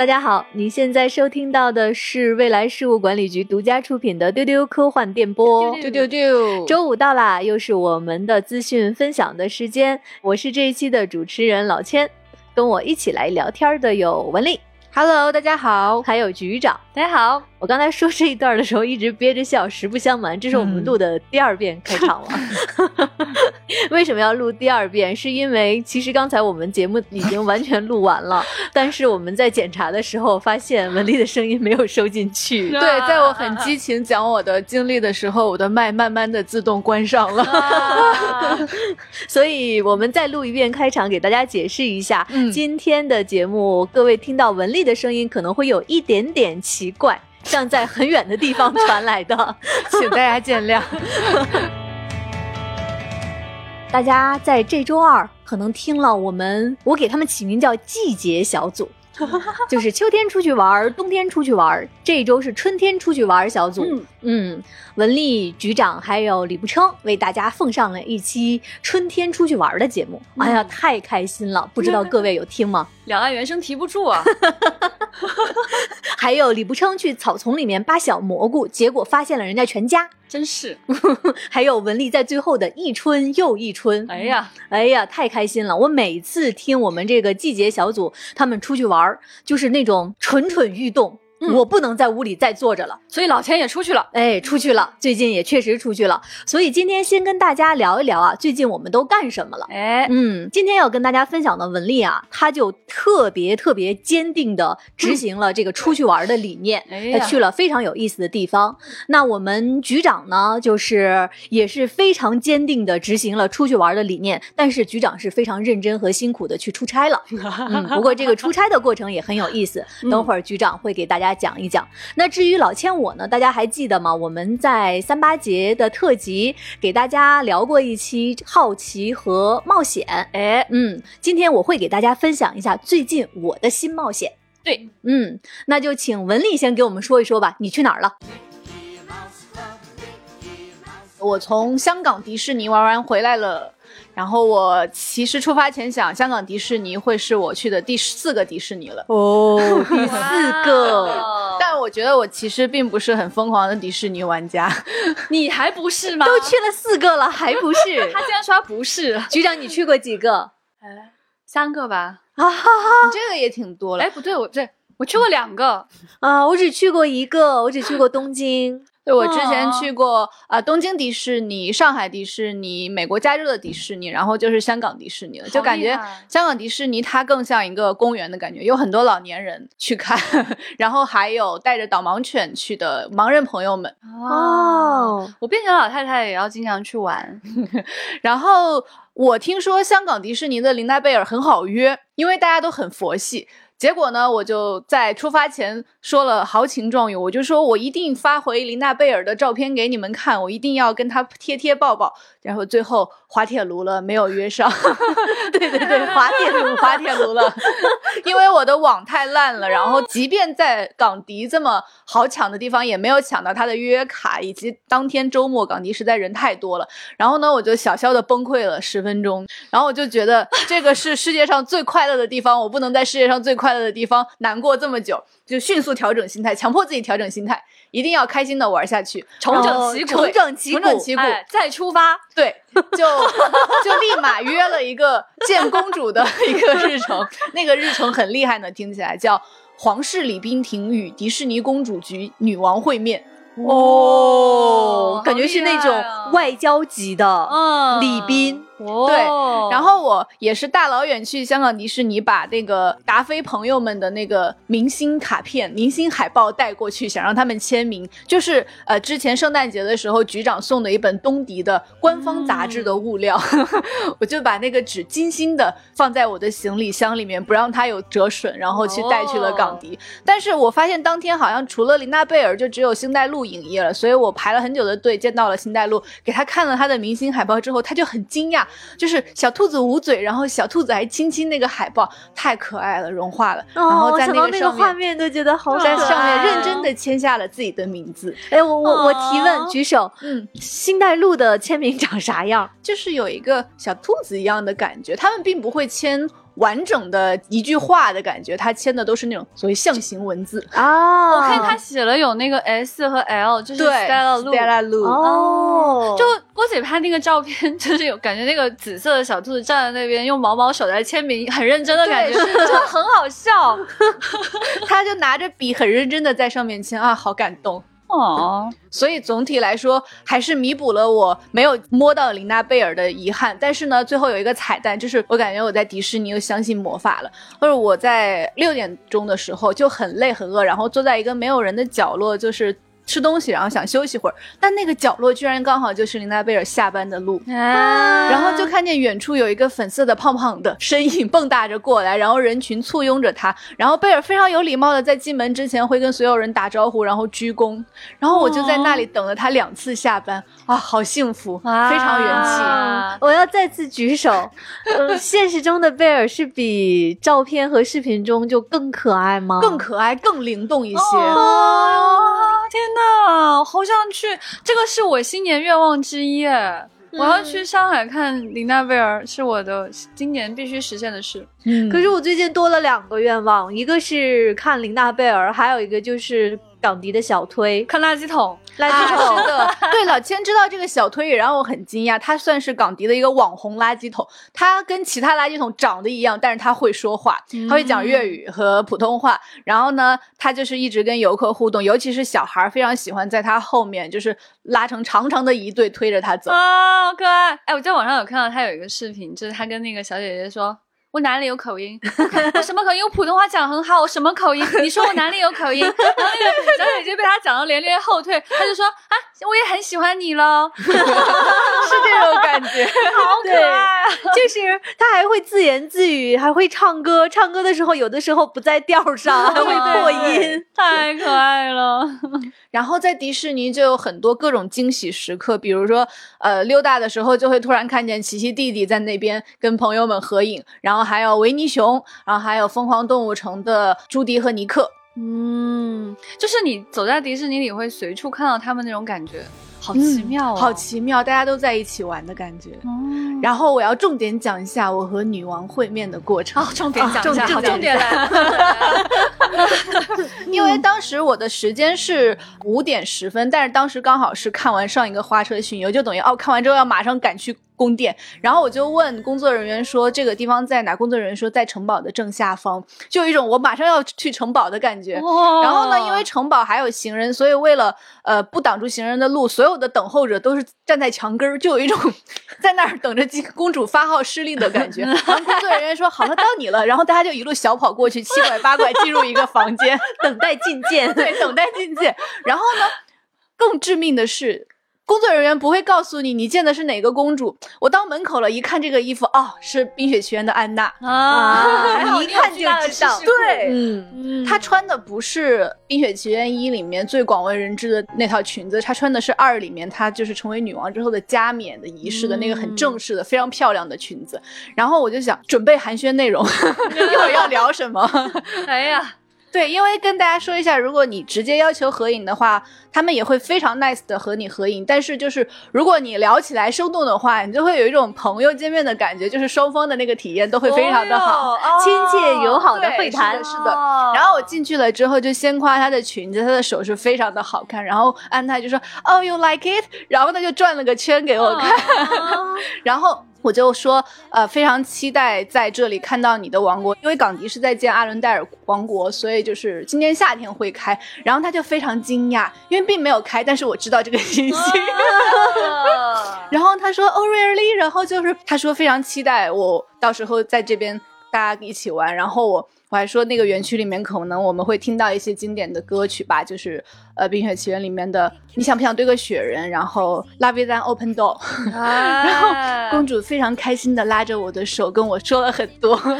大家好，你现在收听到的是未来事务管理局独家出品的丢丢科幻电波。 丢丢丢， 周五到啦，又是我们的资讯分享的时间。我是这一期的主持人老千，跟我一起来聊天的有文丽 Hello， 大家好， 还有局长。 大家好。 我刚才说这一段的时候一直憋着笑，实不相瞒，这是我们录的第二遍开场了。为什么要录第二遍？是因为其实刚才我们节目已经完全录完了，但是我们在检查的时候发现文丽的声音没有收进去。 对，在我很激情讲我的经历的时候，我的麦慢慢的自动关上了。 所以我们再录一遍开场，给大家解释一下，今天的节目各位听到文丽的声音可能会有一点点奇怪，像在很远的地方传来的， 请大家见谅。 大家在这周二可能听了我给他们起名叫季节小组，就是秋天出去玩，冬天出去玩，这一周是春天出去玩小组。文丽局长还有李步称为大家奉上了一期春天出去玩的节目。哎呀，太开心了，不知道各位有听吗？ 两岸猿声提不住啊。 还有李步称去草丛里面扒小蘑菇，结果发现了人家全家， 真是。 还有文丽在最后的一春又一春，哎呀太开心了。我每次听我们这个季节小组他们出去玩，就是那种蠢蠢欲动，我不能在屋里再坐着了， 所以老钱也出去了。 出去了，最近也确实出去了。所以今天先跟大家聊一聊啊，最近我们都干什么了。今天要跟大家分享的文丽啊，她就特别坚定的执行了这个出去玩的理念，她去了非常有意思的地方。那我们局长呢，就是也是非常坚定的执行了出去玩的理念，但是局长是非常认真和辛苦的去出差了。不过这个出差的过程也很有意思，等会儿局长会给大家讲一讲。那至于老千我呢，大家还记得吗？我们在38节的特辑给大家聊过一期好奇和冒险。今天我会给大家分享一下最近我的新冒险。 对， 那就请文丽先给我们说一说吧，你去哪儿了？ 我从香港迪士尼玩完回来了。然后我其实出发前想，香港迪士尼会是我去的第4个迪士尼了。 第4个。 但我觉得我其实并不是很疯狂的迪士尼玩家。你还不是吗？ 都去了4个了，还不是？ 他竟然说他不是。 局长，你去过几个 ？3个吧。 你这个也挺多了。不对，我去过2个我只去过1个，我只去过东京。 对，我之前去过东京迪士尼、上海迪士尼、美国加州的迪士尼，然后就是香港迪士尼了。就感觉香港迪士尼它更像一个公园的感觉，有很多老年人去看，然后还有带着导盲犬去的盲人朋友们。 我变成老太太也要经常去玩。 然后我听说香港迪士尼的琳娜贝尔很好约，因为大家都很佛系。结果呢，我就在出发前说了豪情壮语，我就说我一定发回琳娜贝尔的照片给你们看，我一定要跟她贴抱抱。然后最后滑铁卢了，没有约上。 对，滑铁卢了。 因为我的网太烂了，然后即便在港迪这么好抢的地方，也没有抢到他的约卡，以及当天周末港迪实在人太多了。然后呢，我就小小的崩溃了10分钟。然后我就觉得这个是世界上最快乐的地方，我不能在世界上最快乐的地方难过这么久，就迅速调整心态，强迫自己调整心态，一定要开心的玩下去， 重整旗鼓， 再出发。对，就立马约了一个见公主的一个日程。那个日程很厉害呢，听起来叫皇室礼宾亭与迪士尼公主局女王会面。 感觉是那种外交级的礼宾。 对，然后我也是大老远去香港迪士尼，把那个达菲朋友们的那个明星卡片、明星海报带过去，想让他们签名。就是之前圣诞节的时候，局长送的一本东迪的官方杂志的物料，我就把那个纸精心的放在我的行李箱里面，不让它有折损，然后去带去了港迪。但是我发现当天好像除了琳娜贝尔，就只有星黛露营业了，所以我排了很久的队，见到了星黛露，给她看了她的明星海报之后，她就很惊讶。就是小兔子捂嘴，然后小兔子还亲亲那个海报，太可爱了，融化了。然后在那个画面都觉得好可爱， 在上面认真的签下了自己的名字。 我提问，举手。星黛露的签名长啥样？ 就是有一个小兔子一样的感觉，他们并不会签完整的一句话的感觉，他签的都是那种所谓象形文字啊。 我看他写了有那个 S 和 L， 就是 Stella Lu 哦， 就郭姐拍那个照片，就是有感觉那个紫色的小兔子站在那边用毛毛手在签名，很认真的感觉，真的很好笑。 他就拿着笔很认真的在上面签啊，好感动。所以总体来说还是弥补了我没有摸到琳娜贝尔的遗憾。但是呢，最后有一个彩蛋，就是我感觉我在迪士尼又相信魔法了。或者我在6点钟的时候就很累很饿，然后坐在一个没有人的角落，就是吃东西，然后想休息会儿，但那个角落居然刚好就是琳娜贝尔下班的路，然后就看见远处有一个粉色的胖胖的身影蹦跶着过来，然后人群簇拥着他，然后贝尔非常有礼貌的在进门之前会跟所有人打招呼，然后鞠躬，然后我就在那里等了他2次下班啊，好幸福，非常元气。 我要再次举手，现实中的贝尔是比照片和视频中就更可爱吗？ 更可爱，更灵动一些。 天哪，好想去！这个是我新年愿望之一耶。我要去上海看琳娜贝尔，是我的今年必须实现的事。 可是我最近多了2个愿望，一个是看琳娜贝尔，还有一个就是港迪的小推， 看垃圾桶。 垃圾桶是的，对，老千知道这个小推也让我很惊讶，他算是港迪的一个网红垃圾桶，他跟其他垃圾桶长得一样，但是他会说话，他会讲粤语和普通话，然后呢他就是一直跟游客互动，尤其是小孩非常喜欢在他后面就是拉成长长的一队推着他走啊，好可爱。哎，我在网上有看到他有一个视频，就是他跟那个小姐姐说，我哪里有口音？我什么口音？我普通话讲很好，我什么口音？你说我哪里有口音？然后那个小姐姐被他讲到连连后退，他就说啊，我也很喜欢你咯。是这种感觉， 好可爱啊！ 就是他还会自言自语，还会唱歌，唱歌的时候有的时候不在调上，还会破音， 太可爱了。 然后在迪士尼就有很多各种惊喜时刻，比如说溜达的时候就会突然看见奇奇弟弟在那边跟朋友们合影，然后还有维尼熊，然后还有疯狂动物城的朱迪和尼克。 就是你走在迪士尼里会随处看到他们那种感觉，好奇妙好奇妙，大家都在一起玩的感觉。然后我要重点讲一下我和女王会面的过程。 重点讲一下，重点来了。 因为当时我的时间是5点10分，但是当时刚好是看完上一个花车巡游，就等于看完之后要马上赶去宫殿，然后我就问工作人员说这个地方在哪，工作人员说在城堡的正下方，就有一种我马上要去城堡的感觉。然后呢，因为城堡还有行人，所以为了不挡住行人的路，所有的等候者都是站在墙根儿，就有一种在那儿等着公主发号施令的感觉。然后工作人员说好了，到你了，然后大家就一路小跑过去，7拐8拐进入一个房间等待觐见。 对，等待觐见。然后呢，更致命的是工作人员不会告诉你见的是哪个公主。我到门口了，一看这个衣服，是冰雪奇缘的安娜一看就知道。 对，她穿的不是冰雪奇缘1里面最广为人知的那套裙子，她穿的是2里面她就是成为女王之后的加冕的仪式的那个很正式的非常漂亮的裙子。然后我就想准备寒暄内容一会儿要聊什么。 哎呀， 对，因为跟大家说一下，如果你直接要求合影的话，他们也会非常 nice 的和你合影，但是就是如果你聊起来生动的话，你就会有一种朋友见面的感觉，就是双方的那个体验都会非常的好， 亲切友好的会谈。 是的。然后我进去了之后就先夸她的裙子，她的手是非常的好看，然后安泰就说you like it， 然后他就转了个圈给我看然后我就说非常期待在这里看到你的王国，因为港迪是在建阿伦戴尔王国，所以就是今年夏天会开。然后他就非常惊讶，因为并没有开，但是我知道这个信息然后他说really， 然后就是他说非常期待我到时候在这边大家一起玩。然后我还说那个园区里面可能我们会听到一些经典的歌曲吧，就是冰雪奇缘里面的你想不想堆个雪人，然后 Love is an open door 然后公主非常开心的拉着我的手跟我说了很多。哎呦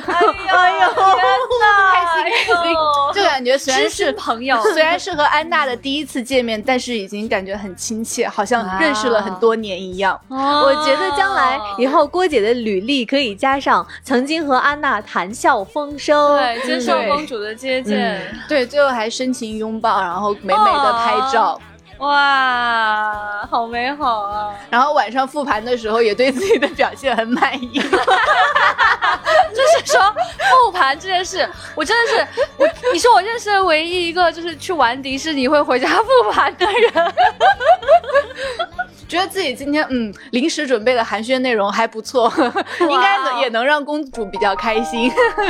开心就感觉虽然是朋友， 虽然是和安娜的第一次见面，但是已经感觉很亲切，好像认识了很多年一样。 我觉得将来以后郭姐的履历可以加上曾经和安娜谈笑风生， 对，接受公主的接见， 对，最后还深情拥抱，然后美美的拍照。 哇，好美好啊！ 然后晚上复盘的时候也对自己的表现很满意。 就是说复盘这件事，我真的是你是我认识的唯一一个就是去玩迪士尼会回家复盘的人。 觉得自己今天临时准备的寒暄内容还不错，应该也能让公主比较开心。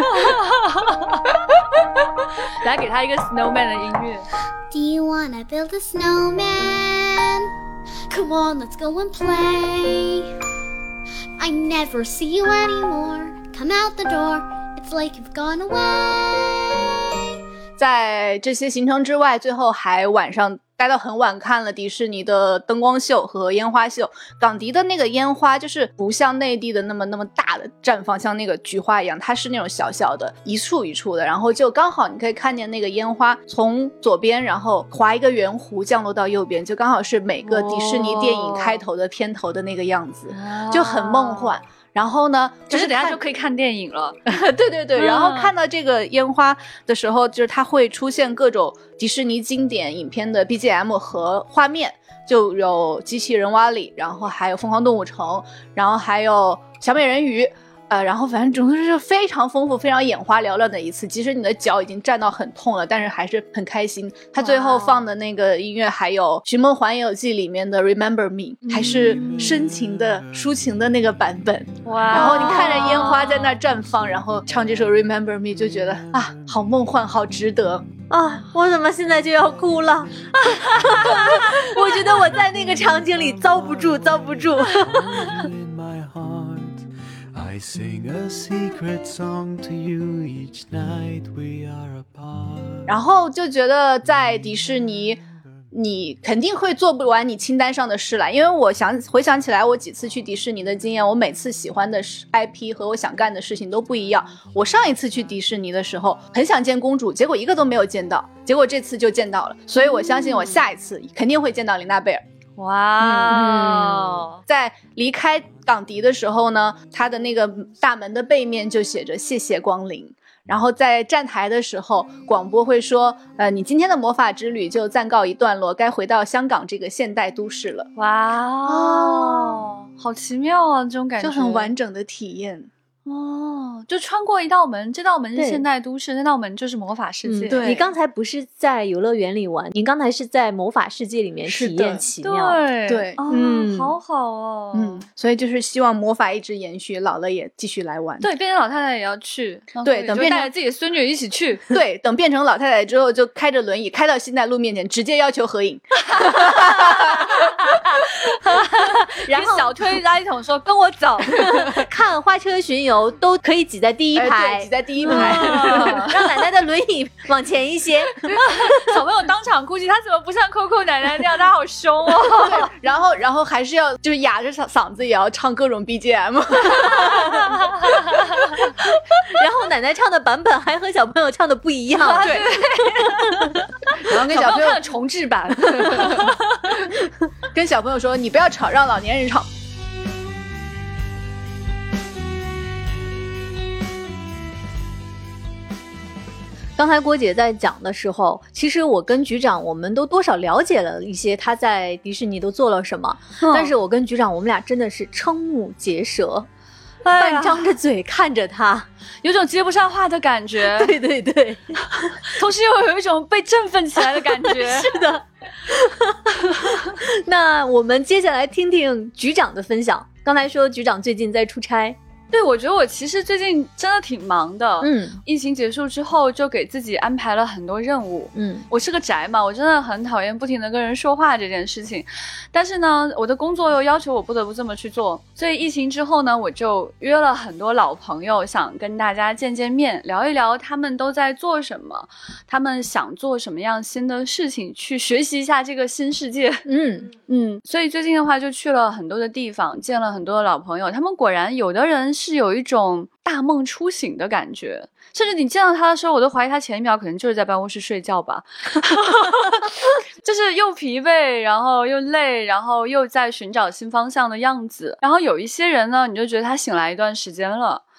来给他一个 snowman 的音乐。 Do you wanna build a snowman? Come on, let's go and play. I never see you anymore. Come out the door. It's like you've gone away. 在这些行程之外，最后还晚上待到很晚看了迪士尼的灯光秀和烟花秀。港迪的那个烟花就是不像内地的那么大的绽放，像那个菊花一样，它是那种小小的一处一处的，然后就刚好你可以看见那个烟花从左边然后划一个圆弧降落到右边，就刚好是每个迪士尼电影开头的片头的那个样子，就很梦幻。然后呢， 就是等一下就可以看电影了。 对对对，然后看到这个烟花的时候，就是它会出现各种迪士尼经典影片的 BGM 和画面，就有机器人瓦力，然后还有疯狂动物城，然后还有小美人鱼。然后反正总之是非常丰富非常眼花缭乱的一次，即使你的脚已经站到很痛了，但是还是很开心。他最后放的那个音乐还有《寻梦环游记》里面的 Remember Me， 还是深情的抒情的那个版本。哇！然后你看着烟花在那绽放，然后唱这首 Remember Me， 就觉得啊，好梦幻，好值得啊！我怎么现在就要哭了？我觉得我在那个场景里遭不住。 I sing a secret song to you each night we are apart. 然后就觉得在迪士尼你肯定会做不完你清单上的事来，因为我回想起来我几次去迪士尼的经验，我每次喜欢的 IP 和我想干的事情都不一样。我上一次去迪士尼的时候很想见公主，结果一个都没有见到，结果这次就见到了，所以我相信我下一次肯定会见到琳娜贝尔。 哇， 在离开港迪的时候呢，他的那个大门的背面就写着谢谢光临，然后在站台的时候广播会说你今天的魔法之旅就暂告一段落，该回到香港这个现代都市了。 哇，好奇妙啊，这种感觉就很完整的体验哦，就穿过一道门，这道门是现代都市，那道门就是魔法世界。 对，你刚才不是在游乐园里玩，你刚才是在魔法世界里面体验奇妙。 对，好好哦。 所以就是希望魔法一直延续，老了也继续来玩。 对，变成老太太也要去。 对，等变成带着自己的孙女一起去。 对，等变成老太太之后，就开着轮椅开到新代路面前，直接要求合影。 然后小推垃圾桶说：“跟我走。” 看花车巡游都可以挤在第一排， 挤在第一排， 让奶奶的轮椅往前一些。 小朋友当场估计他怎么不像 Coco 奶奶那样，他好凶哦。 对，然后还是要就是哑着嗓子也要唱各种 BGM。 然后奶奶唱的版本还和小朋友唱的不一样。 对。然后跟小朋友看重制版。 跟小朋友说你不要吵，让老年人唱。 刚才郭姐在讲的时候，其实我跟局长我们都多少了解了一些他在迪士尼都做了什么，但是我跟局长我们俩真的是瞠目结舌，半张着嘴看着他， 有种接不上话的感觉。 对对对， 同时又有一种被振奋起来的感觉。 是的。那我们接下来听听局长的分享。刚才说局长最近在出差。 对，我觉得我其实最近真的挺忙的。疫情结束之后就给自己安排了很多任务。我是个宅嘛，我真的很讨厌不停的跟人说话这件事情，但是呢我的工作又要求我不得不这么去做，所以疫情之后呢我就约了很多老朋友，想跟大家见见面，聊一聊他们都在做什么，他们想做什么样新的事情，去学习一下这个新世界。所以最近的话就去了很多的地方，见了很多的老朋友，他们果然有的人是有一种大梦初醒的感觉，甚至你见到他的时候我都怀疑他前一秒可能就是在办公室睡觉吧。就是又疲惫然后又累，然后又在寻找新方向的样子。然后有一些人呢你就觉得他醒来一段时间了，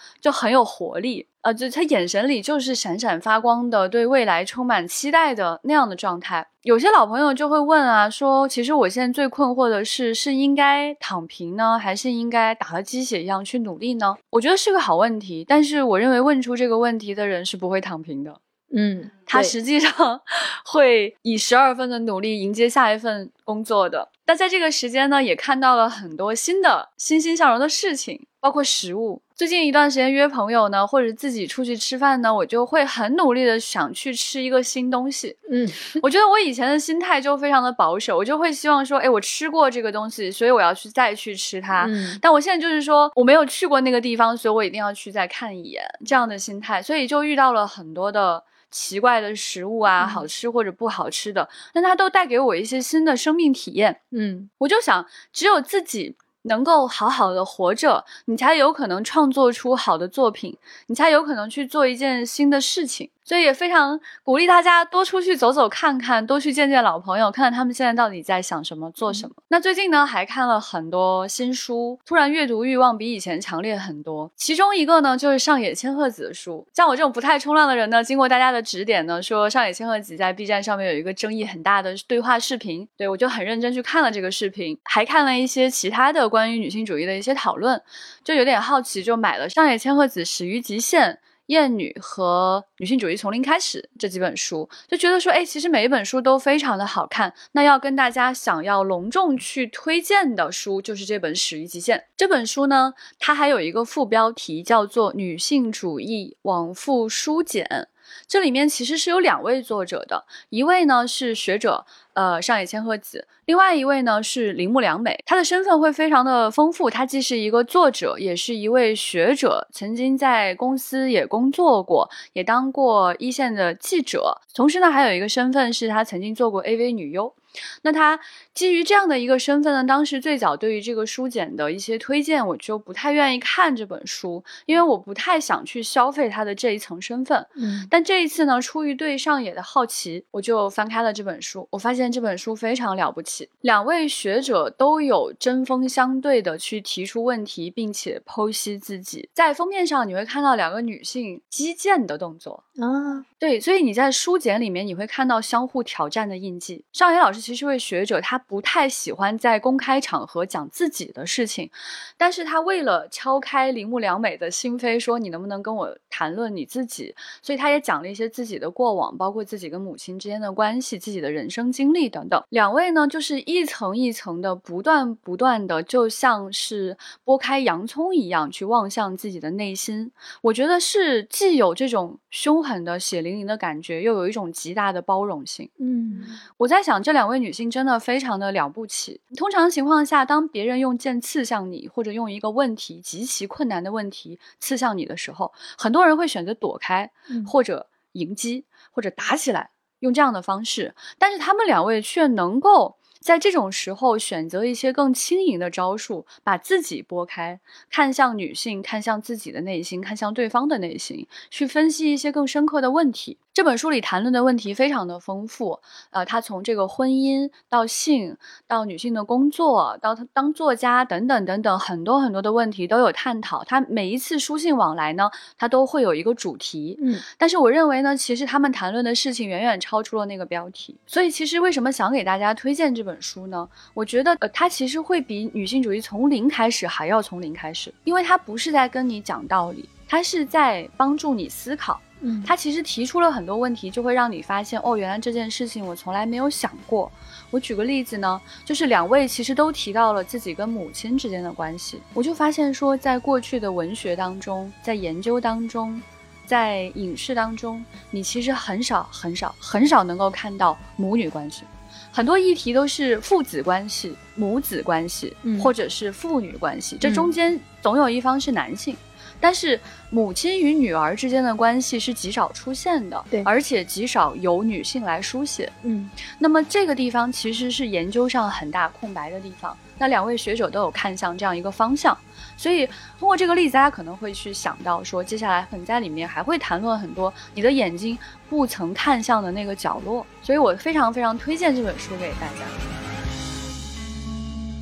就很有活力。就他眼神里就是闪闪发光的，对未来充满期待的那样的状态。有些老朋友就会问啊，说其实我现在最困惑的是应该躺平呢，还是应该打和鸡血一样去努力呢？我觉得是个好问题，但是我认为问出这个问题的人是不会躺平的。他实际上会以12分的努力迎接下一份工作的。但在这个时间呢，也看到了很多新的欣欣向荣的事情，包括食物。最近一段时间约朋友呢，或者自己出去吃饭呢，我就会很努力的想去吃一个新东西。我觉得我以前的心态就非常的保守，我就会希望说，我吃过这个东西，所以我要再去吃它。但我现在就是说，我没有去过那个地方，所以我一定要去再看一眼，这样的心态，所以就遇到了很多的奇怪的食物啊，好吃或者不好吃的，但它都带给我一些新的生命体验。我就想，只有自己能够好好的活着，你才有可能创作出好的作品，你才有可能去做一件新的事情。所以也非常鼓励大家多出去走走看看，多去见见老朋友，看看他们现在到底在想什么做什么。那最近呢还看了很多新书，突然阅读欲望比以前强烈很多。其中一个呢就是上野千鹤子的书。像我这种不太冲浪的人呢，经过大家的指点呢，说上野千鹤子在 B 站上面有一个争议很大的对话视频，对，我就很认真去看了这个视频，还看了一些其他的关于女性主义的一些讨论，就有点好奇，就买了上野千鹤子《始于极限》、厌女和女性主义从零开始这几本书，就觉得说其实每一本书都非常的好看。那要跟大家想要隆重去推荐的书就是这本《始于极限》。这本书呢，它还有一个副标题叫做女性主义往复书简。这里面其实是有2位作者的，一位呢是学者上野千鹤子，另外一位呢是铃木良美。她的身份会非常的丰富，她既是一个作者，也是一位学者，曾经在公司也工作过，也当过一线的记者，同时呢还有一个身份是她曾经做过 AV 女优。那他基于这样的一个身份呢，当时最早对于这个书简的一些推荐，我就不太愿意看这本书，因为我不太想去消费他的这一层身份。但这一次呢，出于对上野的好奇，我就翻开了这本书，我发现这本书非常了不起，2位学者都有针锋相对的去提出问题，并且剖析自己。在封面上你会看到2个女性击剑的动作对，所以你在书简里面你会看到相互挑战的印记。上野老师其实是位学者，他不太喜欢在公开场合讲自己的事情，但是他为了敲开铃木良美的心扉，说你能不能跟我谈论你自己，所以他也讲了一些自己的过往，包括自己跟母亲之间的关系，自己的人生经历等等。2位呢就是一层一层的不断的，就像是剥开洋葱一样去望向自己的内心。我觉得是既有这种凶狠的血淋淋的感觉，又有一种极大的包容性。我在想这2位女性真的非常的了不起。通常情况下，当别人用剑刺向你，或者用一个问题极其困难的问题刺向你的时候，很多人会选择躲开，或者迎击，或者打起来，用这样的方式。但是他们2位却能够在这种时候选择一些更轻盈的招数，把自己拨开，看向女性，看向自己的内心，看向对方的内心，去分析一些更深刻的问题。这本书里谈论的问题非常的丰富，他从这个婚姻到性，到女性的工作，到当作家等等等等，很多很多的问题都有探讨。他每一次书信往来呢，他都会有一个主题。但是我认为呢，其实他们谈论的事情远远超出了那个标题。所以其实为什么想给大家推荐这本书呢？我觉得它其实会比女性主义从零开始还要从零开始，因为它不是在跟你讲道理，它是在帮助你思考。他其实提出了很多问题，就会让你发现原来这件事情我从来没有想过。我举个例子呢，就是2位其实都提到了自己跟母亲之间的关系。我就发现说，在过去的文学当中，在研究当中，在影视当中，你其实很少能够看到母女关系。很多议题都是父子关系、母子关系，或者是父女关系，这中间总有一方是男性。但是母亲与女儿之间的关系是极少出现的，对，而且极少由女性来书写。那么这个地方其实是研究上很大空白的地方。那2位学者都有看向这样一个方向，所以通过这个例子，大家可能会去想到说，接下来可能在里面还会谈论很多你的眼睛不曾看向的那个角落。所以我非常非常推荐这本书给大家。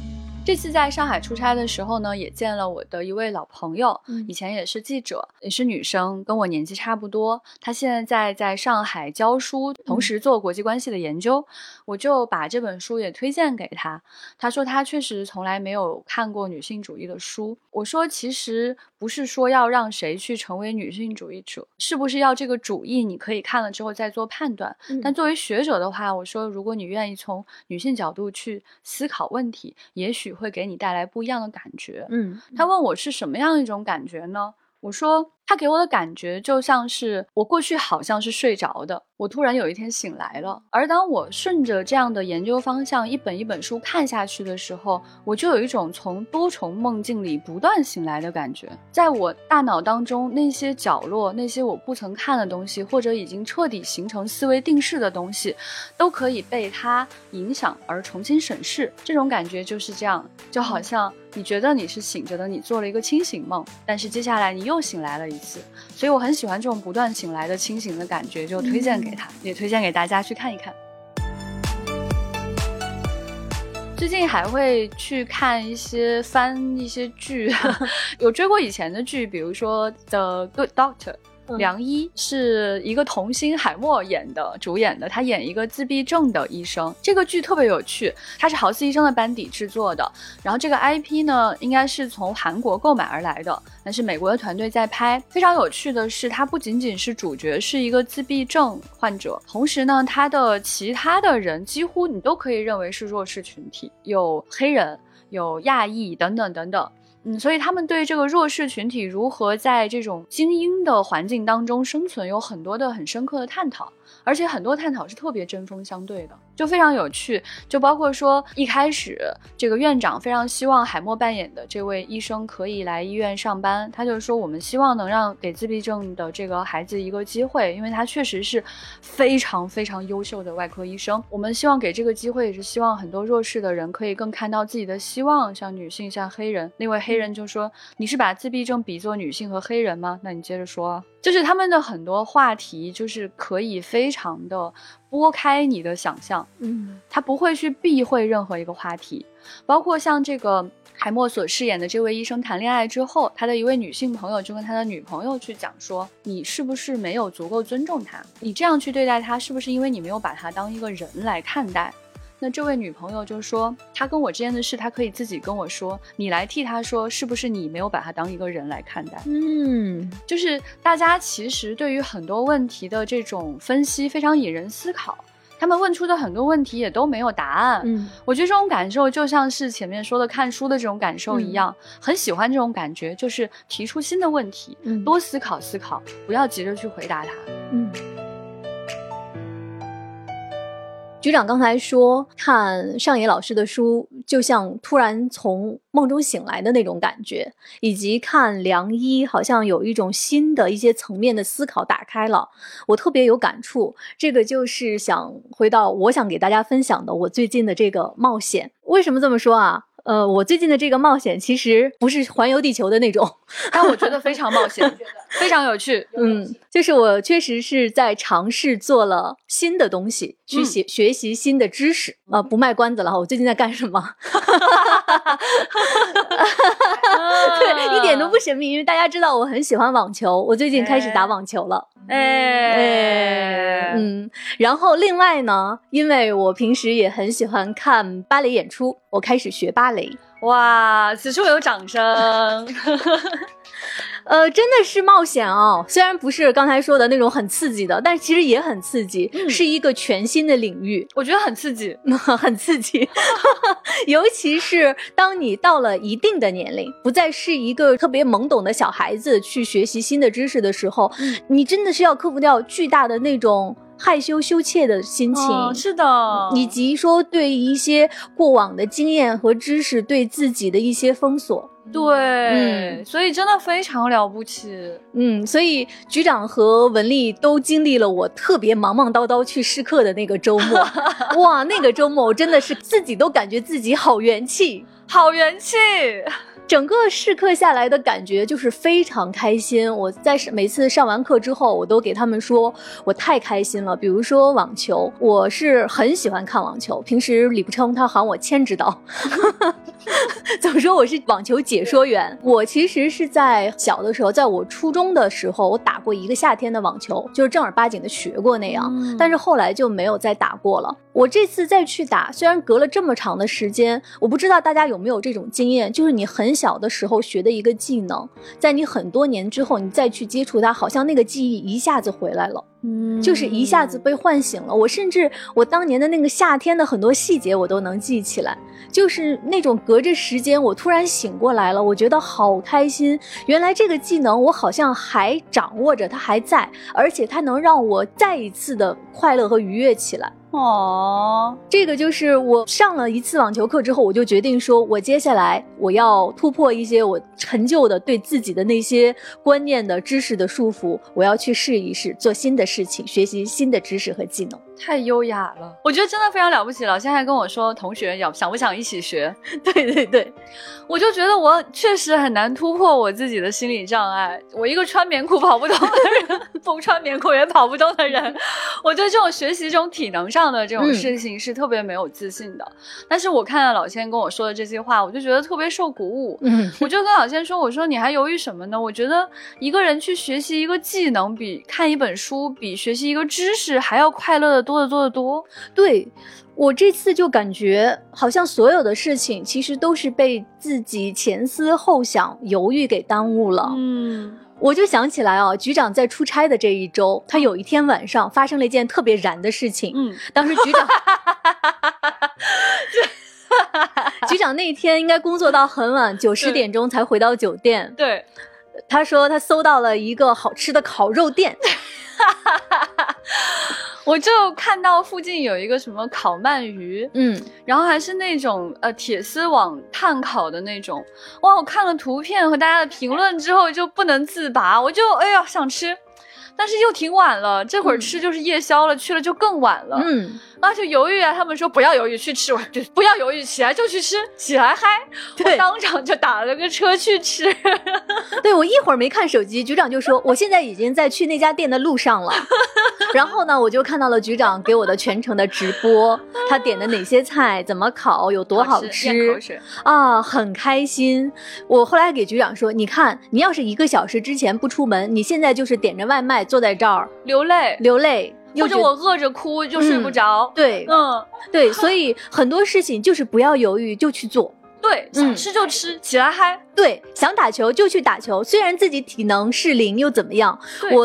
这次在上海出差的时候呢，也见了我的一位老朋友，以前也是记者，也是女生，跟我年纪差不多。她现在在上海教书，同时做国际关系的研究。我就把这本书也推荐给她。她说她确实从来没有看过女性主义的书。我说其实不是说要让谁去成为女性主义者，是不是要这个主义你可以看了之后再做判断。但作为学者的话，我说如果你愿意从女性角度去思考问题，也许会给你带来不一样的感觉。他问我是什么样一种感觉呢？我说他给我的感觉就像是我过去好像是睡着的，我突然有一天醒来了。而当我顺着这样的研究方向一本一本书看下去的时候，我就有一种从多重梦境里不断醒来的感觉。在我大脑当中那些角落，那些我不曾看的东西，或者已经彻底形成思维定式的东西，都可以被它影响而重新审视。这种感觉就是这样，就好像你觉得你是醒着的，你做了一个清醒梦，但是接下来你又醒来了一次。所以我很喜欢这种不断醒来的清醒的感觉，就推荐给他，也推荐给大家去看一看。最近还会去看一些翻一些剧有追过以前的剧，比如说 The Good Doctor，梁一是一个童星海默主演的，他演一个自闭症的医生。这个剧特别有趣，他是豪斯医生的班底制作的，然后这个 IP 呢应该是从韩国购买而来的，但是美国的团队在拍。非常有趣的是，他不仅仅是主角是一个自闭症患者，同时呢他的其他的人几乎你都可以认为是弱势群体，有黑人，有亚裔等等等等。所以他们对这个弱势群体如何在这种精英的环境当中生存有很多的很深刻的探讨，而且很多探讨是特别针锋相对的，就非常有趣。就包括说一开始这个院长非常希望海默扮演的这位医生可以来医院上班，他就说我们希望能让给自闭症的这个孩子一个机会，因为他确实是非常非常优秀的外科医生，我们希望给这个机会，也是希望很多弱势的人可以更看到自己的希望，像女性，像黑人。那位黑人就说你是把自闭症比作女性和黑人吗？那你接着说。就是他们的很多话题就是可以非常的拨开你的想象，他不会去避讳任何一个话题。包括像这个海默所饰演的这位医生谈恋爱之后，他的一位女性朋友就跟他的女朋友去讲说，你是不是没有足够尊重他，你这样去对待他是不是因为你没有把他当一个人来看待。那这位女朋友就说，她跟我之间的事她可以自己跟我说，你来替她说是不是你没有把她当一个人来看待。就是大家其实对于很多问题的这种分析非常引人思考，他们问出的很多问题也都没有答案。我觉得这种感受就像是前面说的看书的这种感受一样，很喜欢这种感觉，就是提出新的问题，多思考思考，不要急着去回答它。 局长刚才说看上野老师的书就像突然从梦中醒来的那种感觉，以及看梁一好像有一种新的一些层面的思考打开了，我特别有感触。这个就是想回到我想给大家分享的我最近的这个冒险。为什么这么说啊？我最近的这个冒险其实不是环游地球的那种， 但我觉得非常冒险非常有趣。 就是我确实是在尝试做了新的东西，去学习新的知识。不卖关子了，我最近在干什么对，一点都不神秘，因为大家知道我很喜欢网球，我最近开始打网球了。然后另外呢，因为我平时也很喜欢看芭蕾演出，我开始学芭蕾。 哇，此处有掌声真的是冒险哦，虽然不是刚才说的那种很刺激的，但其实也很刺激，是一个全新的领域。 我觉得很刺激很刺激尤其是当你到了一定的年龄，不再是一个特别懵懂的小孩子去学习新的知识的时候，你真的是要克服掉巨大的那种害羞羞怯的心情。 是的， 以及说对一些过往的经验和知识对自己的一些封锁。 对，所以真的非常了不起。 所以局长和文丽都经历了我特别忙忙叨叨去试课的那个周末哇，那个周末我真的是自己都感觉自己好元气好元气。 整个试课下来的感觉就是非常开心。我在每次上完课之后，我都给他们说我太开心了。比如说网球，我是很喜欢看网球，平时李不称他喊我千指导总说我是网球解说员。我其实是在小的时候，在我初中的时候，我打过一个夏天的网球，就是正儿八经的学过那样，但是后来就没有再打过了。我这次再去打，虽然隔了这么长的时间，我不知道大家有没有这种经验，就是你很小的时候学的一个技能，在你很多年之后你再去接触它，好像那个记忆一下子回来了，就是一下子被唤醒了。我甚至我当年的那个夏天的很多细节我都能记起来，就是那种隔着时间我突然醒过来了，我觉得好开心，原来这个技能我好像还掌握着，它还在，而且它能让我再一次的快乐和愉悦起来。这个就是我上了一次网球课之后，我就决定说，我接下来我要突破一些我陈旧的对自己的那些观念的知识的束缚，我要去试一试，做新的事情，学习新的知识和技能。 太优雅了，我觉得真的非常了不起了。现在还跟我说同学想不想一起学？ 对对对， 我就觉得我确实很难突破我自己的心理障碍。我一个穿棉裤跑不动的人，不穿棉裤也跑不动的人，我对这种学习这种体能上的这种事情是特别没有自信的。但是我看到老千跟我说的这些话，我就觉得特别受鼓舞。我就跟老千说，我说你还犹豫什么呢？我觉得一个人去学习一个技能，比看一本书，比学习一个知识还要快乐的多得多得多。 对，我这次就感觉好像所有的事情其实都是被自己前思后想犹豫给耽误了。我就想起来啊，局长在出差的这一周，他有一天晚上发生了一件特别燃的事情。当时局长局长那一天应该工作到很晚，9、10点钟才回到酒店。 对， 他说他搜到了一个好吃的烤肉店。 我就看到附近有一个什么烤鳗鱼，然后还是那种铁丝网炭烤的那种。哇，我看了图片和大家的评论之后就不能自拔，我就哎呀想吃，但是又挺晚了，这会儿吃就是夜宵了，去了就更晚了。啊，就犹豫啊，他们说不要犹豫去吃，我说不要犹豫，起来就去吃，起来嗨，我当场就打了个车去吃。 对，我一会儿没看手机，局长就说我现在已经在去那家店的路上了。然后呢，我就看到了局长给我的全程的直播，他点的哪些菜，怎么烤，有多好吃啊，很开心。我后来给局长说，你看，你要是1个小时之前不出门，你现在就是点着外卖坐在这儿流泪。或者我饿着哭就睡不着。 对，对，所以很多事情就是不要犹豫，就去做。 对，想吃就吃，起来嗨。 对，想打球就去打球，虽然自己体能是0又怎么样？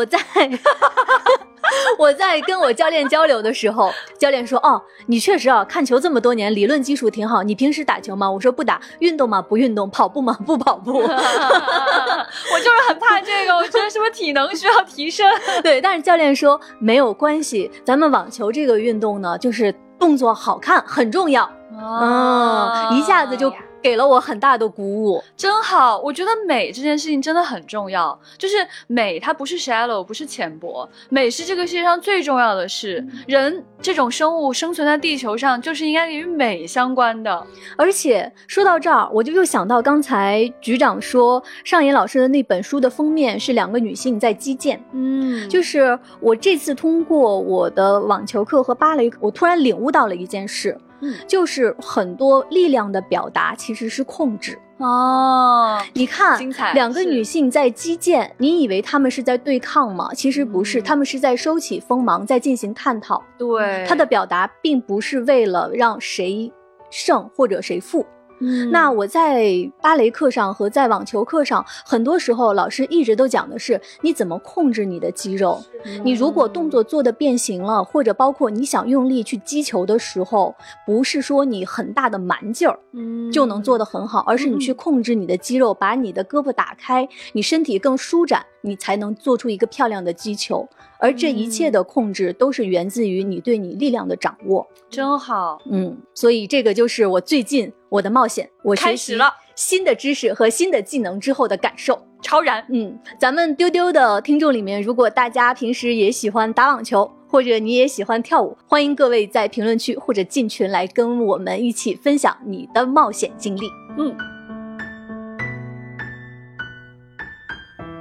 我在跟我教练交流的时候，教练说，哦，你确实啊，看球这么多年，理论基础挺好，你平时打球吗？我说不打。运动吗？不运动。跑步吗？不跑步。我就是很怕这个，我觉得是不是体能需要提升？ 对，但是教练说没有关系，咱们网球这个运动呢，就是动作好看很重要。一下子就给了我很大的鼓舞。 真好，我觉得美这件事情真的很重要，就是美它不是 shallow， 不是浅薄，美是这个世界上最重要的事。人这种生物生存在地球上就是应该与美相关的。 而且说到这儿，我就又想到刚才局长说上野老师的那本书的封面是2个女性在击剑。就是我这次通过我的网球课和芭蕾课，我突然领悟到了一件事，就是很多力量的表达其实是控制。你看2个女性在击剑，你以为她们是在对抗吗？其实不是，她们是在收起锋芒，在进行探讨。 对， 她的表达并不是为了让谁胜或者谁负。那我在芭蕾课上和在网球课上，很多时候老师一直都讲的是你怎么控制你的肌肉。你如果动作做得变形了，或者包括你想用力去击球的时候，不是说你很大的蛮劲儿就能做得很好，而是你去控制你的肌肉，把你的胳膊打开，你身体更舒展，你才能做出一个漂亮的击球。而这一切的控制都是源自于你对你力量的掌握。 真好。 所以这个就是我最近我的冒险，我学习了新的知识和新的技能之后的感受。 超然。 咱们丢丢的听众里面，如果大家平时也喜欢打网球，或者你也喜欢跳舞，欢迎各位在评论区或者进群来跟我们一起分享你的冒险经历。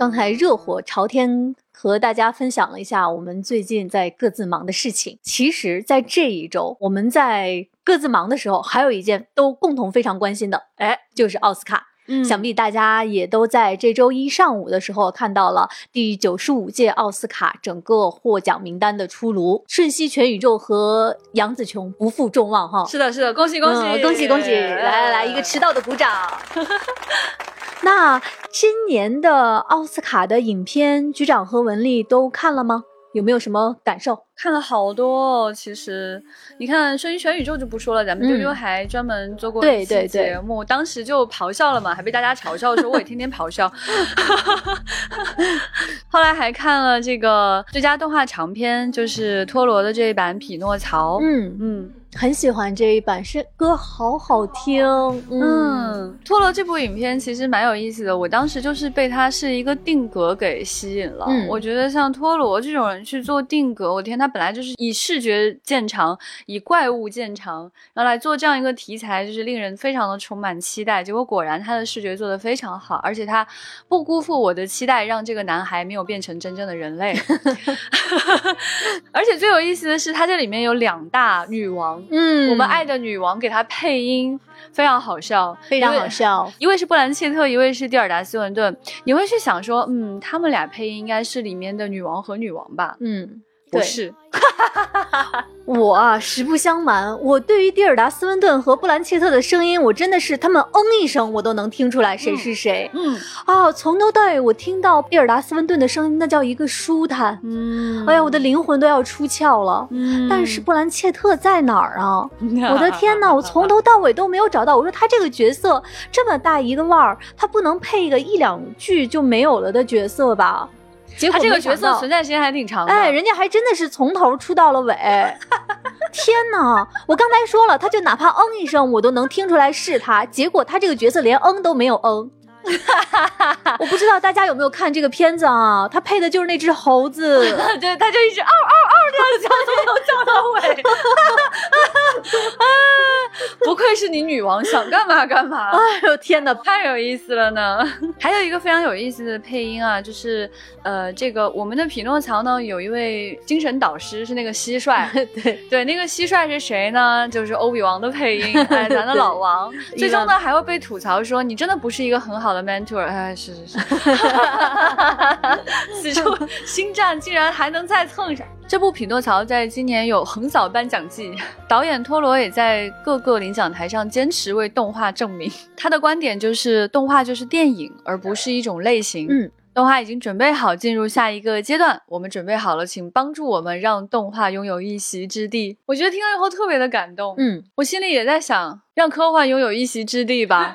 刚才热火朝天和大家分享了一下我们最近在各自忙的事情。其实在这一周我们在各自忙的时候，还有一件都共同非常关心的，就是奥斯卡。想必大家也都在这周一上午的时候看到了第95届奥斯卡整个获奖名单的出炉，瞬息全宇宙和杨紫琼不负众望哈。 是的，是的，恭喜恭喜， 恭喜恭喜！来，一个迟到的鼓掌。那今年的奥斯卡的影片，局长和文丽都看了吗？有没有什么感受？ 看了好多哦，其实你看《瞬息全宇宙》就不说了，咱们丢丢还专门做过一期节目，当时就咆哮了嘛，还被大家嘲笑说我也天天咆哮。后来还看了这个最佳动画长片，就是托罗的这一版《匹诺曹》。 很喜欢这一版，是歌好好听。 托罗这部影片其实蛮有意思的，我当时就是被它是一个定格给吸引了。我觉得像托罗这种人去做定格，我天，他本来就是以视觉见长，以怪物见长，然后来做这样一个题材，就是令人非常的充满期待。结果果然他的视觉做得非常好，而且他不辜负我的期待，让这个男孩没有变成真正的人类。而且最有意思的是，他这里面有2大女王。我们爱的女王给她配音，非常好笑， 非常好笑。 一位是布兰切特，一位是蒂尔达·斯文顿。你会去想说，他们俩配音应该是里面的女王和女王吧？不是。 我啊，实不相瞒，我对于蒂尔达·斯温顿和布兰切特的声音，我真的是他们一声我都能听出来谁是谁。从头到尾我听到蒂尔达·斯温顿的声音，那叫一个舒坦。哎呀，我的灵魂都要出窍了。但是布兰切特在哪儿啊？我的天哪，我从头到尾都没有找到。我说他这个角色这么大一个腕儿，他不能配个1、2句就没有了的角色吧？结果他这个角色存在时间还挺长的， 人家还真的是从头出到了尾。天哪，我刚才说了，他就哪怕一声我都能听出来是他，结果他这个角色连都没有。我不知道大家有没有看这个片子啊，他配的就是那只猴子。 对，他就一直嗷嗷嗷这样叫，从头叫到尾。不愧是你女王，想干嘛干嘛。 哎呦天哪， 太有意思了呢。还有一个非常有意思的配音啊，就是这个我们的匹诺曹呢，有一位精神导师是那个蟋蟀。对，那个蟋蟀是谁呢？就是欧比王的配音，咱的老王。最终呢还会被吐槽说你真的不是一个很好的 mentor。是。此处星战竟然还能再蹭上。这部《匹诺曹》在今年有横扫颁奖季，导演托罗也在各个领奖台上坚持为动画证明。他的观点就是动画就是电影，而不是一种类型。动画已经准备好进入下一个阶段，我们准备好了，请帮助我们让动画拥有一席之地。我觉得听了以后特别的感动。我心里也在想，让科幻拥有一席之地吧。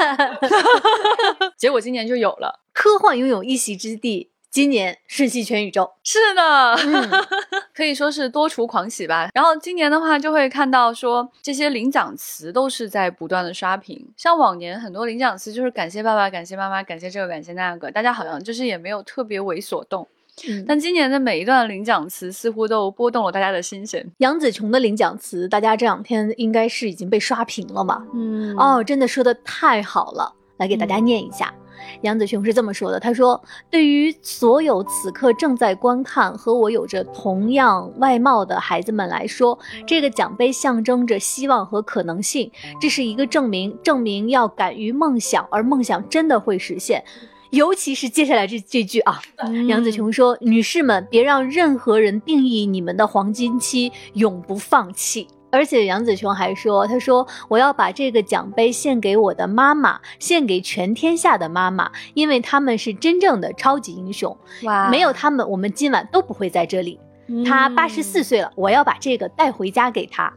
结果今年就有了， 科幻拥有一席之地。今年瞬息全宇宙， 是的，可以说是多厨狂喜吧。然后今年的话就会看到说这些领奖词都是在不断的刷屏，像往年很多领奖词就是感谢爸爸，感谢妈妈，感谢这个，感谢那个，大家好像就是也没有特别为所动。但今年的每一段领奖词似乎都拨动了大家的心弦。 杨紫琼的领奖词大家这2天应该是已经被刷屏了吧？真的说的太好了，来给大家念一下。杨紫琼是这么说的，她说，对于所有此刻正在观看和我有着同样外貌的孩子们来说，这个奖杯象征着希望和可能性，这是一个证明要敢于梦想，而梦想真的会实现。尤其是接下来这句啊，杨紫琼说，女士们，别让任何人定义你们的黄金期，永不放弃。而且杨紫琼还说，她说我要把这个奖杯献给我的妈妈，献给全天下的妈妈，因为他们是真正的超级英雄。没有他们，我们今晚都不会在这里。她84岁了，我要把这个带回家给她。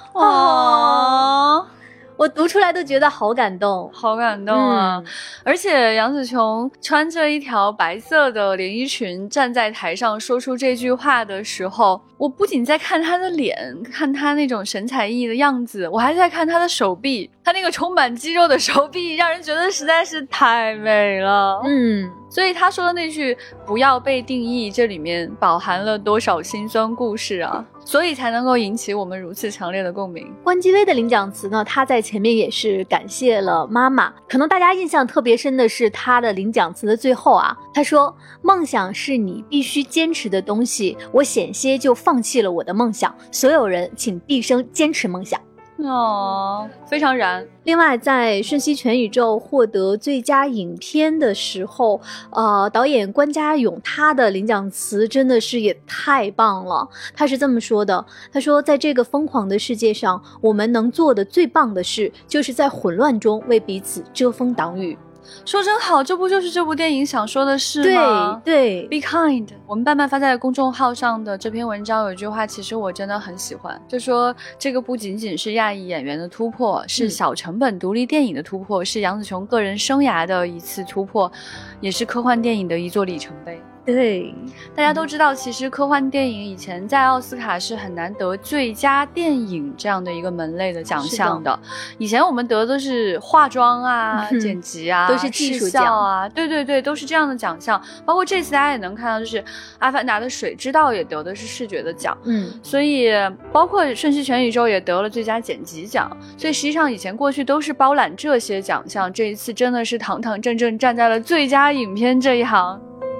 我读出来都觉得好感动， 好感动啊！而且杨紫琼穿着一条白色的连衣裙站在台上说出这句话的时候，我不仅在看她的脸，看她那种神采奕奕的样子，我还在看她的手臂，她那个充满肌肉的手臂让人觉得实在是太美了。 所以他说的那句不要被定义，这里面饱含了多少辛酸故事啊，所以才能够引起我们如此强烈的共鸣。 关继威的领奖词呢，他在前面也是感谢了妈妈，可能大家印象特别深的是他的领奖词的最后啊，他说梦想是你必须坚持的东西，我险些就放弃了我的梦想，所有人请毕生坚持梦想。 哦，非常燃。 另外在瞬息全宇宙获得最佳影片的时候，导演关家勇他的领奖词真的是也太棒了。他是这么说的，他说在这个疯狂的世界上，我们能做的最棒的事就是在混乱中为彼此遮风挡雨。 说真好，这不就是这部电影想说的事吗？ 对 Be kind。 我们慢慢发在公众号上的这篇文章有一句话，其实我真的很喜欢，就说这个不仅仅是亚裔演员的突破，是小成本独立电影的突破，是杨紫琼个人生涯的一次突破，也是科幻电影的一座里程碑。 对， 大家都知道，其实科幻电影以前在奥斯卡是很难得最佳电影这样的一个门类的奖项的。以前我们得的是化妆啊、剪辑啊， 都是技术奖啊，对对对，都是这样的奖项。包括这次大家也能看到，就是《阿凡达》的水之道也得的是视觉的奖，所以包括《瞬息全宇宙》也得了最佳剪辑奖。所以实际上以前过去都是包揽这些奖项，这一次真的是堂堂正正站在了最佳影片这一行。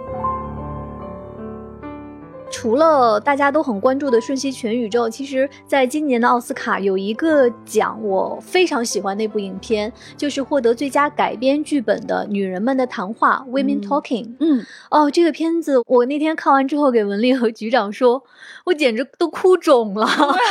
除了大家都很关注的瞬息全宇宙，其实在今年的奥斯卡有一个奖我非常喜欢那部影片，就是获得最佳改编剧本的女人们的谈话 Women Talking。 这个片子我那天看完之后给文丽和局长说，我简直都哭肿了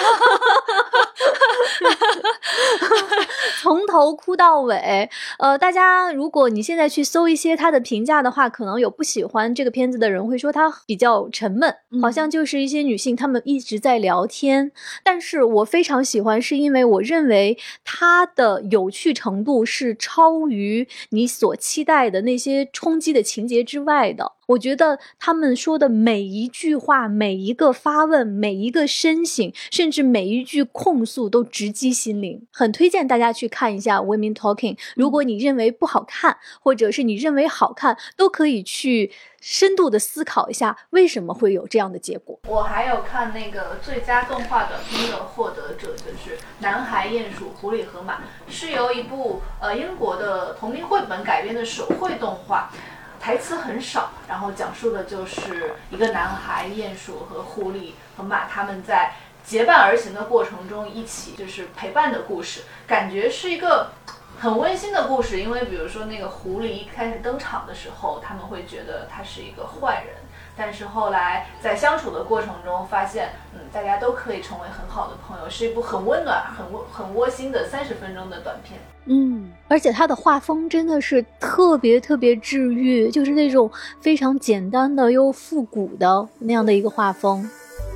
从头哭到尾。大家如果你现在去搜一些他的评价的话，可能有不喜欢这个片子的人会说他比较沉闷，好像就是一些女性她们一直在聊天，但是我非常喜欢，是因为我认为它的有趣程度是超于你所期待的那些冲击的情节之外的。我觉得他们说的每一句话，每一个发问，每一个深省，甚至每一句控诉都直击心灵，很推荐大家去看一下 Women Talking。 如果你认为不好看，或者是你认为好看，都可以去深度的思考一下为什么会有这样的结果。 我还有看那个最佳动画短片的获得者，就是男孩、鼹鼠、狐狸和马，是由一部英国的同名绘本改编的手绘动画，台词很少，然后讲述的就是一个男孩、鼹鼠和狐狸和马他们在结伴而行的过程中一起就是陪伴的故事，感觉是一个很温馨的故事。因为比如说那个狐狸一开始登场的时候，他们会觉得他是一个坏人，但是后来在相处的过程中发现大家都可以成为很好的朋友，是一部很温暖很窝心的30分钟的短片。 而且它的画风真的是特别特别治愈，就是那种非常简单的又复古的那样的一个画风。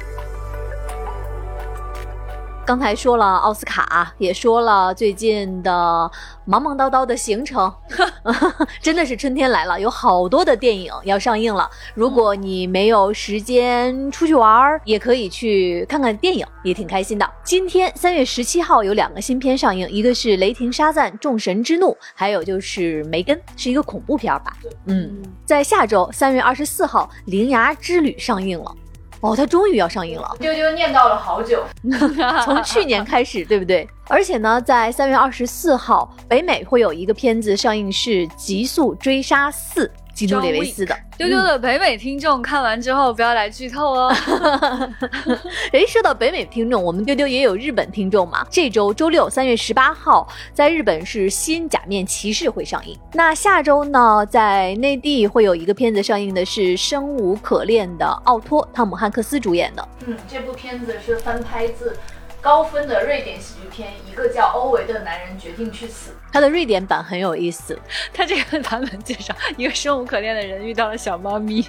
刚才说了奥斯卡，也说了最近的忙忙叨叨的行程真的是春天来了，有好多的电影要上映了。如果你没有时间出去玩，也可以去看看电影，也挺开心的。今天3月17号有2个新片上映，一个是雷霆沙赞众神之怒，还有就是梅根，是一个恐怖片吧。在下周3月24号铃芽之旅上映了。它终于要上映了， 丢丢念叨了好久从去年开始对不对？而且呢，在3月24号北美会有一个片子上映，是《极速追杀4》，基努里维斯的。 丢丢的北美听众看完之后不要来剧透哦说到北美听众，我们丢丢也有日本听众嘛。这周周六3月18号在日本是新假面骑士会上映。那下周呢，在内地会有一个片子上映的是生无可恋的奥托，汤姆汉克斯主演的。 这部片子是翻拍自高分的瑞典喜剧片《一个叫欧维的男人决定去死》。 他的瑞典版很有意思， 他这个版本介绍一个生无可恋的人遇到了小猫咪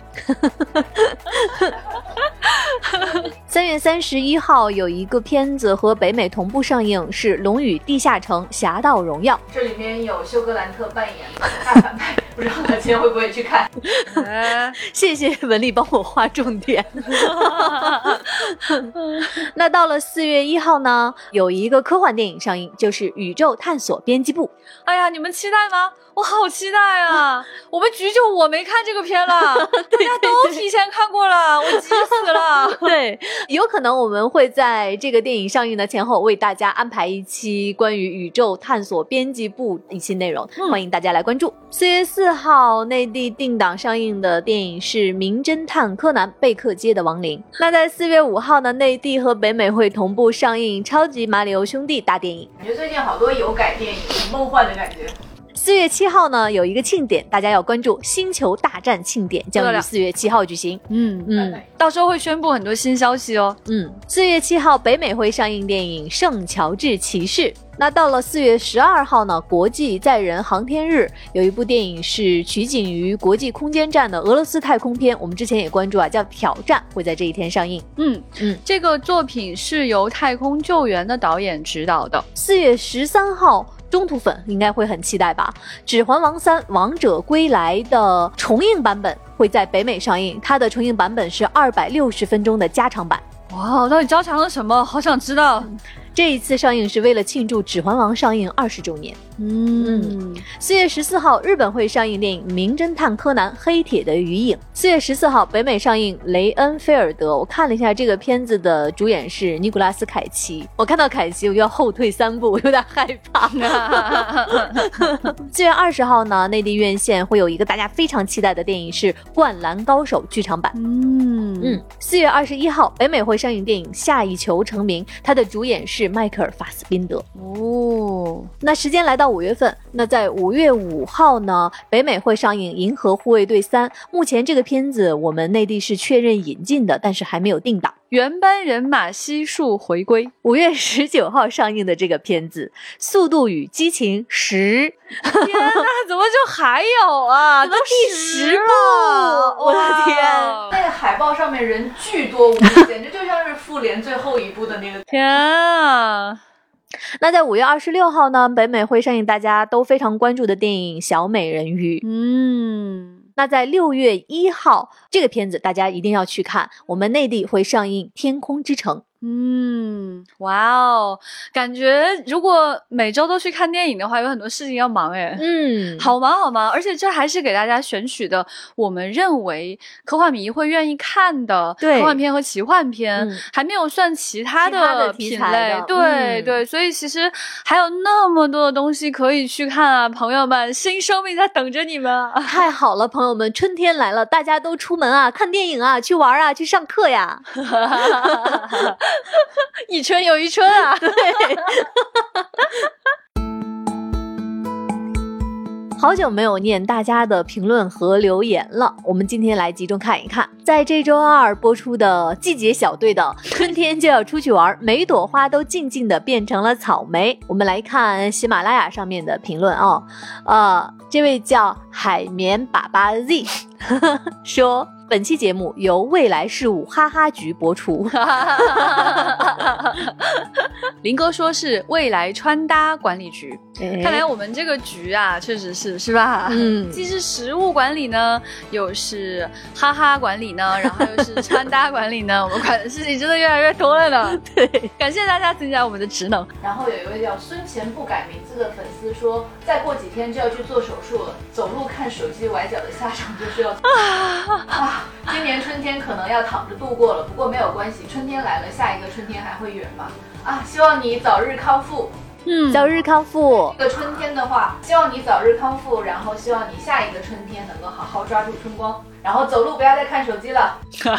3月31号有一个片子和北美同步上映，是《龙与地下城：侠盗荣耀》， 这里面有休格兰特扮演大反派，不知道他今天会不会去看谢谢文丽帮我画重点那到了4月1号呢，有一个科幻电影上映，就是《宇宙探索编辑部》。 哎呀，你们期待吗？我好期待啊！我们局就我没看这个片了，大家都提前看过了，我急死了。 对，有可能我们会在这个电影上映的前后为大家安排一期关于宇宙探索编辑部一期内容，欢迎大家来关注。4月4号内地定档上映的电影是《名侦探柯南：贝克街的亡灵》。那在4月5号呢，内地和北美会同步上映《超级马里奥兄弟》大电影。 感觉最近好多有改电影，很梦幻的感觉。 4月7号呢，有一个庆典，大家要关注《星球大战》庆典将于4月7号举行。 到时候会宣布很多新消息哦。 4月7号北美会上映电影《圣乔治骑士》。那到了4月12号呢，国际载人航天日，有一部电影是取景于国际空间站的俄罗斯太空片，我们之前也关注啊，叫《挑战》，会在这一天上映。 这个作品是由太空救援的导演执导的。 4月13号。中途粉应该会很期待吧，《指环王3：王者归来》的重映版本会在北美上映，它的重映版本是260分钟的加长版。 哇，到底加长了什么？好想知道。 这一次上映是为了庆祝《指环王》上映20周年。4月14号，日本会上映电影《名侦探柯南：黑铁的余影》。4月14号，北美上映《雷恩菲尔德》。我看了一下这个片子的主演是尼古拉斯凯奇，我看到凯奇我就要后退3步，我有点害怕。4月20号呢，内地院线会有一个大家非常期待的电影是《灌篮高手》剧场版。4月21号，北美会上映电影《下一球成名》，它的主演是迈克尔·法斯宾德。那时间来到5月份，那在5月5号呢，北美会上映《银河护卫队3》。目前这个片子我们内地是确认引进的，但是还没有定档。 原班人马悉数回归。 5月19号上映的这个片子《速度与激情10》。 天哪，怎么就还有啊？ 怎么第10部？我的天！ 那个海报上面人巨多无比，简直就像是复联最后一部的那个。 天啊！ 那在5月26号呢，北美会上映大家都非常关注的电影《小美人鱼》。那在6月1号，这个片子大家一定要去看，我们内地会上映《天空之城》。 哇哦，感觉如果每周都去看电影的话，有很多事情要忙哎。好忙，而且这还是给大家选取的我们认为科幻迷会愿意看的科幻片和奇幻片，还没有算其他的品类。对，所以其实还有那么多的东西可以去看啊，朋友们，新生命在等着你们啊！ 太好了，朋友们，春天来了，大家都出门啊，看电影啊，去玩啊，去上课呀。 一春又一春啊！对， 好久没有念大家的评论和留言了，我们今天来集中看一看，在这周2播出的季节小队的春天就要出去玩，每朵花都静静的变成了草莓。我们来看喜马拉雅上面的评论这位叫海绵粑粑 Z 说，本期节目由未来事务哈哈局播出。 林哥说是未来穿搭管理局，看来我们这个局啊，确实是吧？既是食物管理呢，又是哈哈管理呢，然后又是穿搭管理呢，我们管的事情真的越来越多了呢。对，感谢大家增加我们的职能。 然后有一位叫孙乾不改名字的粉丝说，再过几天就要去做手术了，走路看手机崴脚的下场就是要今年春天可能要躺着度过了，不过没有关系，春天来了，下一个春天还会远吗？希望你早日康复。 早日康复。 这个春天的话，希望你早日康复，然后希望你下一个春天能够好好抓住春光，然后走路不要再看手机了。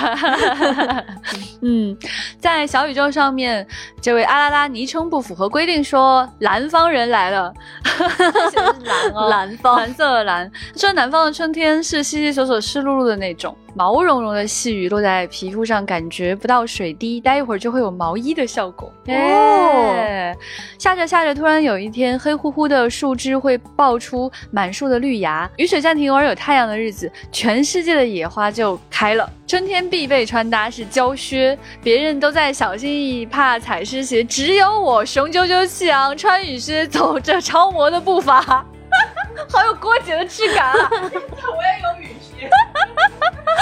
在小宇宙上面，这位阿拉拉昵称不符合规定说南方人来了，写的是蓝哦，蓝色的蓝。说南方的春天是稀稀索索湿漉漉的那种，毛茸茸的细雨落在皮肤上，感觉不到水滴，待一会儿就会有毛衣的效果。下着下着，突然有一天，黑乎乎的树枝会爆出满树的绿芽，雨水暂停，偶尔有太阳的日子，全世界的野花就开了。春天必备穿搭是胶靴，别人都在小心翼翼怕踩湿鞋，只有我雄赳赳气昂，穿雨靴走着超模的步伐。好有郭姐的质感啊！ 我也有雨靴。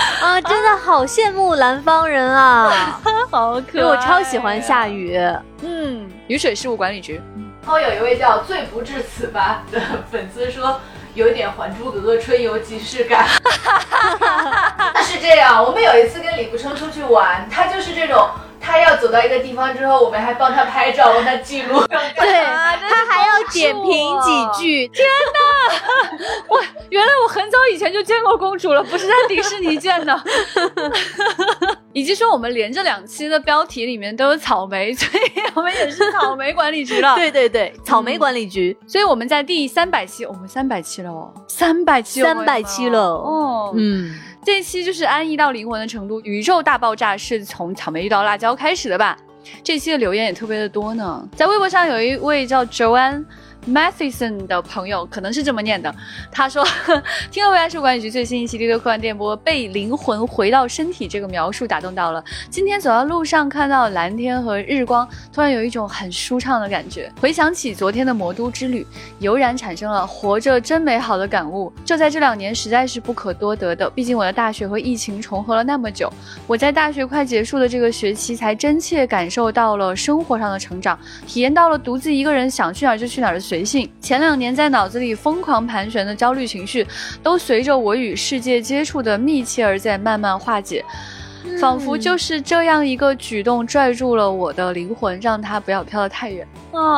啊，真的好羡慕南方人啊， 好可爱， 因为我超喜欢下雨。 雨水事务管理局。 然后有一位叫最不至此吧的粉丝说，有点《还珠格格》春游即视感。那是这样，我们有一次跟李不称出去玩，他就是这种，他要走到一个地方之后，我们还帮他拍照，帮他记录。 对，他还要点评几句。 天哪！原来我很早以前就见过公主了，不是在迪士尼见的。以及说我们连着2期的标题里面都有草莓，所以我们也是草莓管理局了。 对对对，草莓管理局。 所以我们在第300期，我们300期了哦，300期 ，300期了哦。这一期就是安逸到灵魂的程度，宇宙大爆炸是从草莓遇到辣椒开始的吧？这期的留言也特别的多呢。在微博上有一位叫 Joanne Matheson 的朋友，可能是这么念的，他说听了未来事务管理局最新一期溜溜科幻电波，被灵魂回到身体这个描述打动到了。今天走到路上看到蓝天和日光，突然有一种很舒畅的感觉，回想起昨天的魔都之旅，油然产生了活着真美好的感悟。这在这2年实在是不可多得的，毕竟我的大学和疫情重合了那么久，我在大学快结束的这个学期才真切感受到了生活上的成长，体验到了独自一个人想去哪儿就去哪儿的随性。前2年在脑子里疯狂盘旋的焦虑情绪，都随着我与世界接触的密切而在慢慢化解，仿佛就是这样一个举动拽住了我的灵魂，让它不要飘得太远。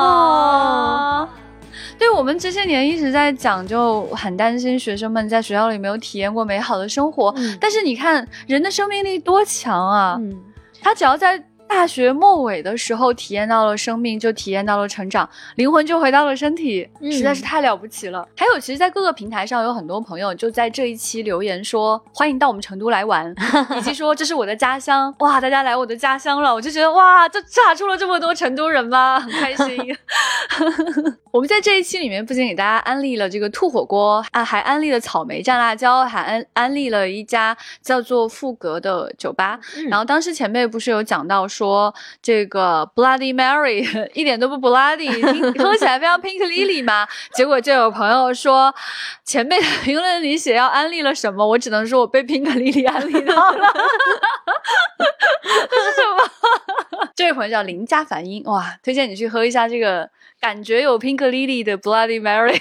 对，我们这些年一直在讲，就很担心学生们在学校里没有体验过美好的生活，但是你看人的生命力多强啊，他只要在大学末尾的时候体验到了生命，就体验到了成长，灵魂就回到了身体，实在是太了不起了。还有其实在各个平台上有很多朋友就在这一期留言说欢迎到我们成都来玩，以及说这是我的家乡，哇大家来我的家乡了，我就觉得哇这炸出了这么多成都人吗，很开心。我们在这一期里面不仅给大家安利了这个兔火锅啊，还安利了草莓蘸辣椒，还安利了一家叫做富格的酒吧。然后当时前辈不是有讲到说这个 Bloody Mary 一点都不 bloody， 喝起来非常 Pink Lily 嘛，结果就有朋友说前辈的评论里写要安利了什么，我只能说我被 Pink Lily 安利到了。这是什么？这位朋友叫林家凡音，哇，推荐你去喝一下这个感觉有 Pink Lily 的 Bloody Mary。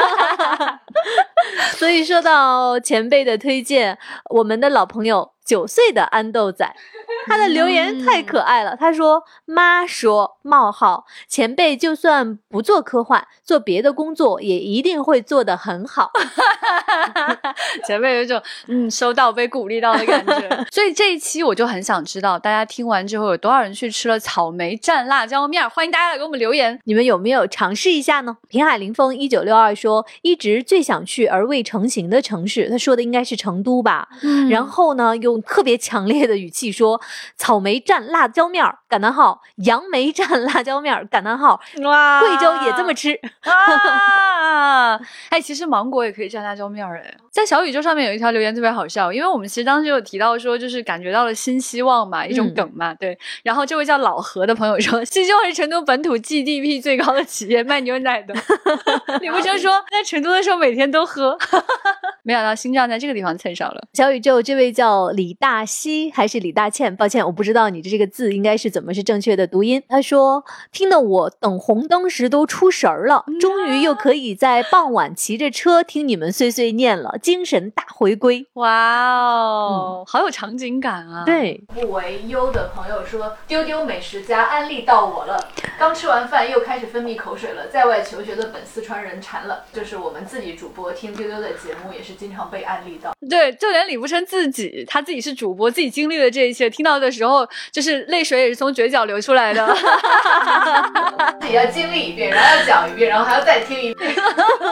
所以说到前辈的推荐，我们的老朋友9岁的安豆仔，他的留言太可爱了。他说妈说冒号前辈就算不做科幻，做别的工作也一定会做得很好。 前辈有一种收到被鼓励到的感觉。所以这一期我就很想知道大家听完之后有多少人去吃了草莓蘸辣椒面，欢迎大家来给我们留言， 你们有没有尝试一下呢？平海林峰1962说一直最想去而未成型的城市，他说的应该是成都吧。然后呢用特别强烈的语气说草莓蘸辣椒面感叹号，杨梅蘸辣椒面感叹号， 哇， 贵州也这么吃啊！哎，其实芒果也可以蘸辣椒面哎。在小宇宙上面有一条留言特别好笑，因为我们其实当时有提到说就是感觉到了新希望嘛，一种梗嘛，对。然后这位叫老何的朋友说新希望是成都本土 GDP 最高的企业，卖牛奶的。李不成说在成都的时候每天都喝。没想到新疆在这个地方蹭上了。 小宇宙这位叫李大西还是李大倩，抱歉我不知道你这个字应该是怎么是正确的读音。他说听得我等红灯时都出神儿了，终于又可以在傍晚骑着车听你们碎碎念了，精神大回归。 哇哦，好有场景感啊。 对， 不为忧的朋友说丢丢美食家安利到我了，刚吃完饭又开始分泌口水了，在外求学的本四川人馋了，就是我们自己主播听丢丢的节目也是经常被安利到。 对，就连李不成他自己是主播，自己经历了这一切，听到的时候就是泪水也是从嘴角流出来的。 自己要经历一遍，然后要讲一遍，然后还要再听一遍。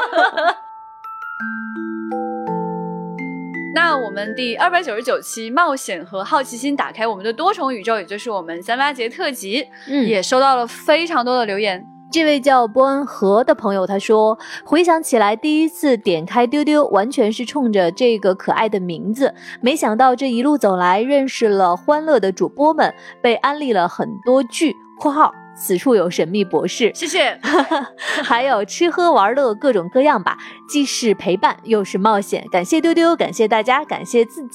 那我们第299期冒险和好奇心打开我们的多重宇宙，也就是我们3·8节特辑，也收到了非常多的留言。 这位叫波恩和的朋友他说回想起来第一次点开丢丢完全是冲着这个可爱的名字，没想到这一路走来认识了欢乐的主播们，被安利了很多剧（括号此处有神秘博士）， 谢谢。 还有吃喝玩乐各种各样吧，既是陪伴又是冒险，感谢丢丢，感谢大家，感谢自己。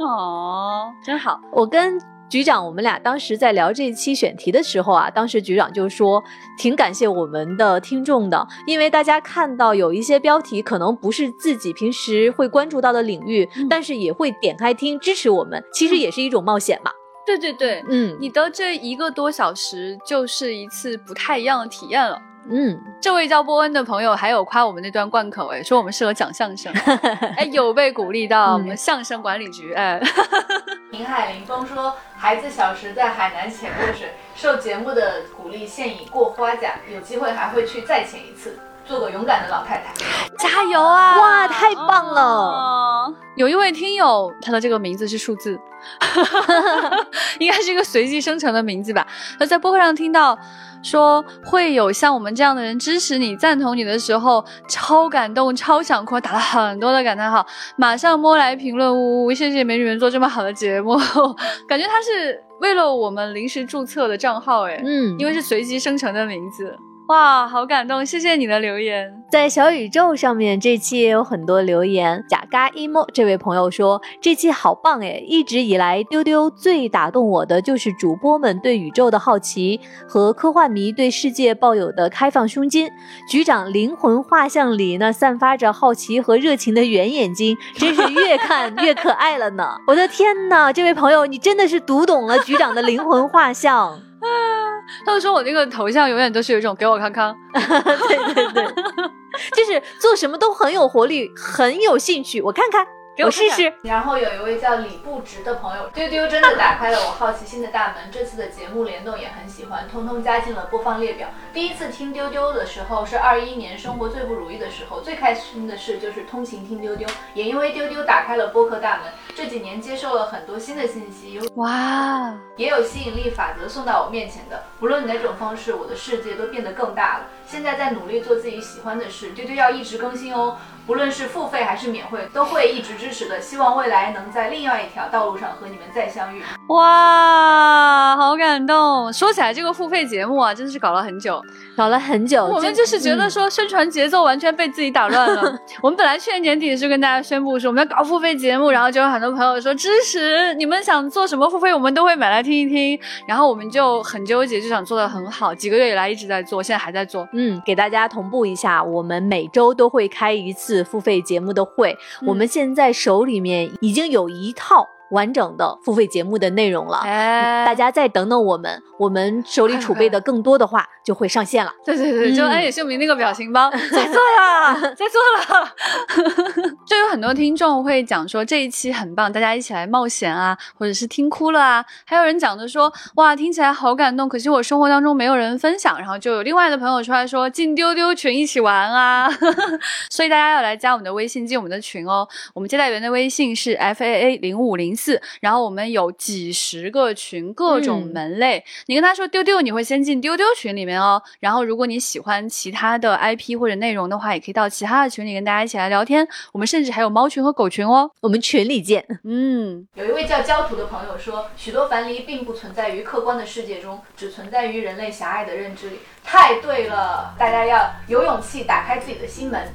哦，真好。 我跟局长我们俩当时在聊这一期选题的时候啊，当时局长就说挺感谢我们的听众的，因为大家看到有一些标题可能不是自己平时会关注到的领域，但是也会点开听支持我们，其实也是一种冒险嘛。 对对对，你的这1个多小时就是一次不太一样的体验了。这位叫波恩的朋友还有夸我们那段贯口，说我们适合讲相声，有被鼓励到我们相声管理局。 宁海林峰说，孩子小时在海南潜过水，受节目的鼓励，现已过花甲，有机会还会去再潜一次，做个勇敢的老太太。 加油啊！ 哇，太棒了！ 有一位听友，他的这个名字是数字，应该是一个随机生成的名字吧。他在播客上听到说会有像我们这样的人支持你、赞同你的时候，超感动、超想哭，打了很多的感叹号，马上摸来评论，呜呜，谢谢美女们做这么好的节目。感觉他是为了我们临时注册的账号，因为是随机生成的名字。哇，好感动，谢谢你的留言。 在小宇宙上面这期也有很多留言，贾嘎一摸这位朋友说这期好棒一直以来丢丢最打动我的就是主播们对宇宙的好奇和科幻迷对世界抱有的开放胸襟，局长灵魂画像里那散发着好奇和热情的圆眼睛真是越看越可爱了呢。我的天哪，这位朋友你真的是读懂了局长的灵魂画像。 他们说我那个头像永远都是有一种给我看看。 对对对，就是做什么都很有活力，很有兴趣，我看看我试试。 然后有一位叫李不直的朋友，丢丢真的打开了我好奇心的大门，这次的节目联动也很喜欢，通通加进了播放列表。第一次听丢丢的时候是21年生活最不如意的时候，最开心的事就是通勤听丢丢，也因为丢丢打开了播客大门，这几年接受了很多新的信息， 哇， 也有吸引力法则送到我面前的，不论哪种方式，我的世界都变得更大了。现在在努力做自己喜欢的事，丢丢要一直更新哦，不论是付费还是免费，都会一直支持的。希望未来能在另外一条道路上和你们再相遇。 哇，好感动！说起来这个付费节目啊，真的是搞了很久。我们就是觉得说宣传节奏完全被自己打乱了。我们本来去年年底是跟大家宣布说我们要搞付费节目，然后就有很多朋友说支持，你们想做什么付费我们都会买来听一听，然后我们就很纠结，就想做得很好，几个月以来一直在做，现在还在做。 给大家同步一下，我们每周都会开一次付费节目的会，我们现在手里面已经有一套完整的付费节目的内容了，大家再等等我们手里储备的更多的话就会上线了。 对对对，就安野秀明那个表情包，在做啦，在做了。就有很多听众会讲说这一期很棒，大家一起来冒险啊，或者是听哭了啊，还有人讲着说哇听起来好感动，可惜我生活当中没有人分享，然后就有另外的朋友出来说进丢丢群一起玩啊。所以大家要来加我们的微信进我们的群哦，我们接待员的微信是 FAA0504，然后我们有几十个群，各种门类，你跟他说丢丢，你会先进丢丢群里面哦，然后如果你喜欢其他的 IP 或者内容的话，也可以到其他的群里跟大家一起来聊天，我们甚至还有猫群和狗群哦， 我们群里见。 有一位叫焦土的朋友说，许多樊篱并不存在于客观的世界中，只存在于人类狭隘的认知里。太对了，大家要有勇气打开自己的心门。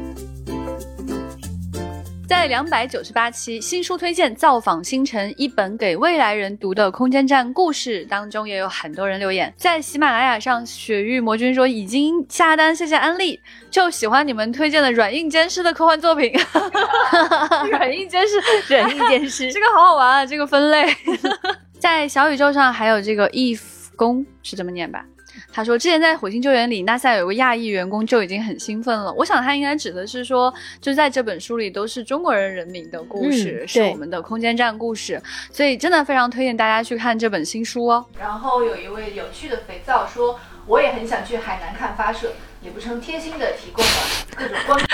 在298期新书推荐造访星辰，一本给未来人读的空间站故事当中，也有很多人留言。在喜马拉雅上，雪域魔君说已经下单，谢谢安利，就喜欢你们推荐的软硬兼施的科幻作品。软硬兼施这个好好玩啊，这个分类。在小宇宙上还有这个 if 公是这么念吧，他说之前在火星救援里 NASA 有个亚裔员工就已经很兴奋了，我想他应该指的是说就在这本书里都是中国人人民的故事，是我们的空间站故事，所以真的非常推荐大家去看这本新书哦。 然后有一位有趣的肥皂说，我也很想去海南看发射，也不成贴心的提供了各种观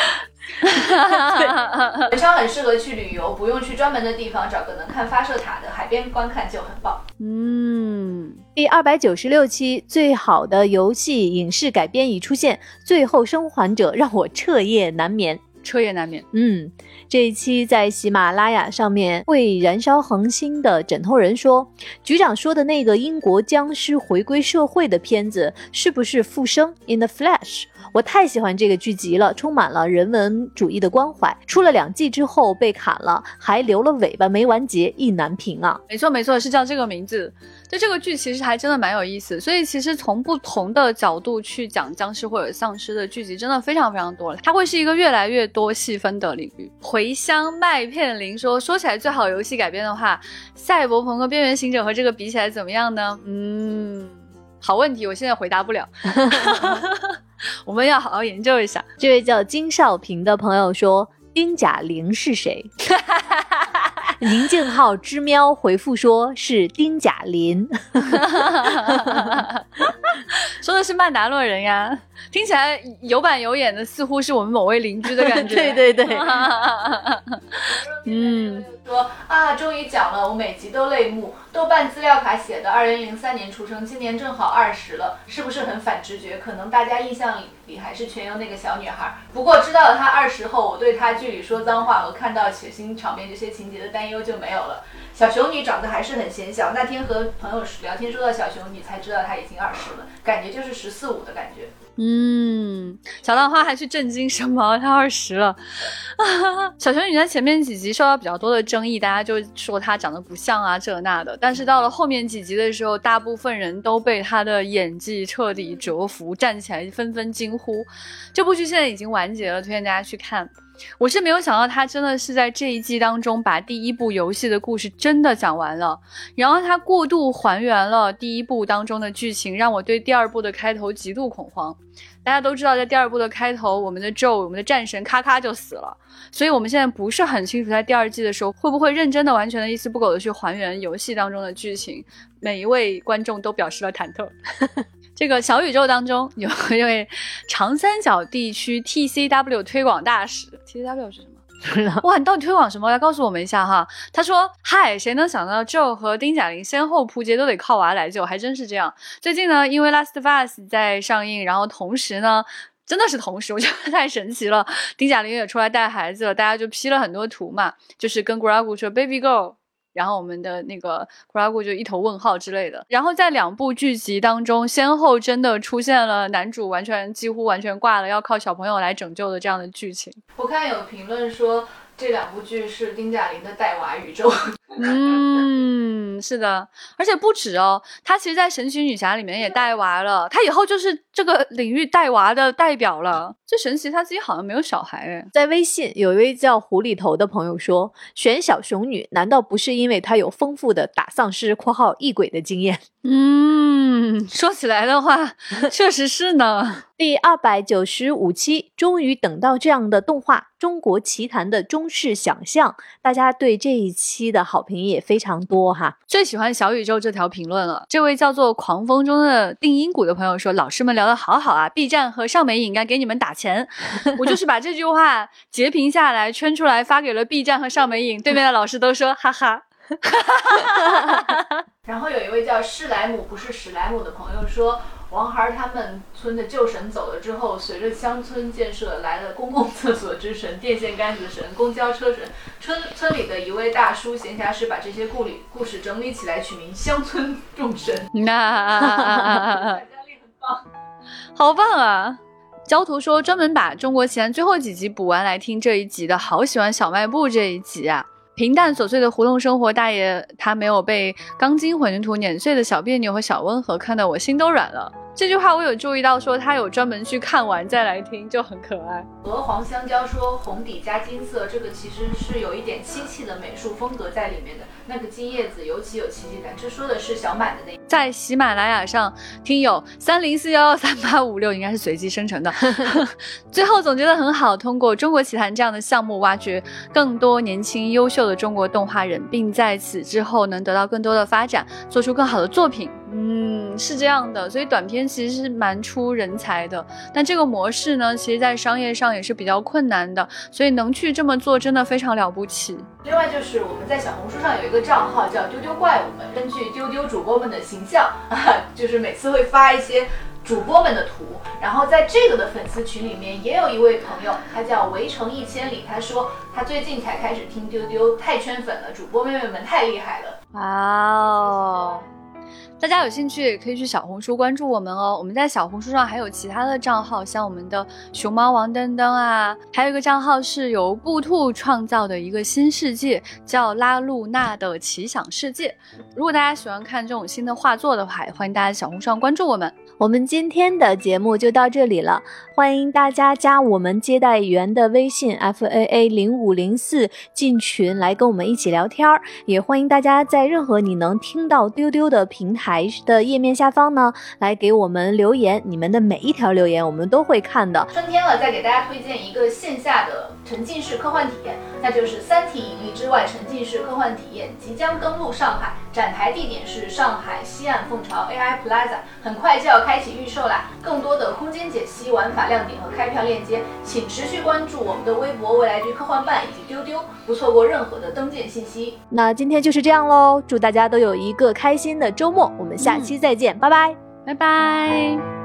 文章很适合去旅游，不用去专门的地方，找个能看发射塔的海边观看就很棒。 第296期最好的游戏影视改编已出现，最后生还者让我彻夜难眠。 彻夜难眠。 这一期在喜马拉雅上面为燃烧恒星的枕头人说，局长说的那个英国僵尸回归社会的片子是不是复生 In the Flash？ 我太喜欢这个剧集了，充满了人文主义的关怀，出了2季之后被砍了，还留了尾巴没完结，意难平啊。 没错没错，是叫这个名字。就这个剧其实还真的蛮有意思，所以其实从不同的角度去讲僵尸或者丧尸的剧集真的非常非常多了，它会是一个越来越多细分的领域。回乡麦片林说起来最好游戏改编的话，赛博朋克边缘行者和这个比起来怎么样呢？好问题，我现在回答不了。我们要好好研究一下。 这位叫金少平的朋友说，丁甲玲是谁？宁静浩之喵回复说是丁甲林。 说的是曼达洛人呀，听起来有板有眼的，似乎是我们某位邻居的感觉。 对对对。 说啊，终于讲了，我每集都泪目。豆瓣资料卡写的2003年出生，今年正好20了，是不是很反直觉？可能大家印象里还是全由那个小女孩。不过知道了她20后，我对她剧里说脏话和看到血腥场面这些情节的担忧就没有了。小熊女长得还是很显小，那天和朋友聊天说到小熊女，才知道她已经20了，感觉就是14、15的感觉。 小浪花还去震惊什么？她20了。小熊女在前面几集受到比较多的争议，大家就说她长得不像啊这那的，但是到了后面几集的时候，大部分人都被她的演技彻底折服，站起来纷纷惊呼。这部剧现在已经完结了，推荐大家去看。我是没有想到他真的是在这一季当中把第1部游戏的故事真的讲完了，然后他过度还原了第1部当中的剧情，让我对第2部的开头极度恐慌。大家都知道在第2部的开头，我们的Joe，我们的战神咔咔就死了，所以我们现在不是很清楚在第2季的时候会不会认真的完全的一丝不苟的去还原游戏当中的剧情，每一位观众都表示了忐忑。这个小宇宙当中有一位长三角地区 TCW 推广大使， TCW 是什么？哇，你到底推广什么？来告诉我们一下哈。他说，嗨，谁能想到 Joe 和丁甲玲先后扑街都得靠娃来救，还真是这样。最近呢，因为 Last of Us 在上映，然后同时呢，真的是同时，我觉得太神奇了，丁甲玲也出来带孩子了，大家就 P 了很多图嘛，就是跟 Gragu 说 Baby Go，然后我们的那个 Gragu 就一头问号之类的。然后在2部剧集当中，先后真的出现了男主几乎完全挂了，要靠小朋友来拯救的这样的剧情。 我看有评论说这2部剧是丁甲玲的带娃宇宙。 是的，而且不止哦，他其实在神奇女侠里面也带娃了，他以后就是这个领域带娃的代表了。这神奇他自己好像没有小孩诶。 在微信有一位叫狐狸头的朋友说，选小熊女难道不是因为她有丰富的打丧尸（括号异鬼）的经验？ 说起来的话确实是呢。 第295期终于等到这样的动画，中国奇谭的中式想象，大家对这一期的好评也非常多哈。 最喜欢小宇宙这条评论了，这位叫做狂风中的定音鼓的朋友说，老师们聊得好好啊， B 站和尚美影该给你们打钱。我就是把这句话截屏下来圈出来发给了 B 站和尚美影，对面的老师都说哈哈。 然后有一位叫施莱姆不是史莱姆的朋友说，王孩他们村的旧神走了之后，随着乡村建设来了公共厕所之神、电线杆子神、公交车神。村里的一位大叔闲暇时把这些故事整理起来，取名乡村众神。大家力很棒， 好棒啊！焦图说专门把中国奇谭最后几集补完来听这一集的，好喜欢小卖部这一集啊。平淡琐碎的胡同生活，大爷他没有被钢筋混凝土碾碎的小别扭和小温和看得我心都软了。这句话我有注意到，说他有专门去看完再来听，就很可爱。 鹅黄香蕉说红底加金色，这个其实是有一点漆器的美术风格在里面的，那个金叶子尤其有奇迹感。这说的是小满的那一在喜马拉雅上听友3041138556应该是随机生成的。最后总结得很好，通过中国奇谭这样的项目挖掘更多年轻优秀的中国动画人，并在此之后能得到更多的发展，做出更好的作品。是这样的，所以短片其实是蛮出人才的，但这个模式呢，其实在商业上也是比较困难的，所以能去这么做真的非常了不起。 另外就是我们在小红书上有一个账号叫丢丢怪物们，根据丢丢主播们的形象就是每次会发一些主播们的图，然后在这个的粉丝群里面也有一位朋友，他叫围城一千里，他说他最近才开始听丢丢，太圈粉了，主播妹妹们太厉害了。 哇哦！大家有兴趣也可以去小红书关注我们哦。我们在小红书上还有其他的账号，像我们的熊猫王登登啊，还有一个账号是由布兔创造的一个新世界，叫拉露娜的奇想世界。如果大家喜欢看这种新的画作的话，也欢迎大家在小红书上关注我们。 我们今天的节目就到这里了，欢迎大家加我们接待员的微信 FAA0504 进群来跟我们一起聊天，也欢迎大家在任何你能听到丢丢的平台的页面下方呢，来给我们留言，你们的每一条留言我们都会看的。 春天了，再给大家推荐一个线下的沉浸式科幻体验，那就是三体引力之外沉浸式科幻体验即将登陆上海，展台地点是上海西岸凤巢 AI Plaza， 很快就要开启预售啦。更多的空间解析、玩法亮点和开票链接，请持续关注我们的微博未来局科幻办以及丢丢，不错过任何的登舰信息。 那今天就是这样咯，祝大家都有一个开心的周末，我们下期再见，拜拜， 拜拜。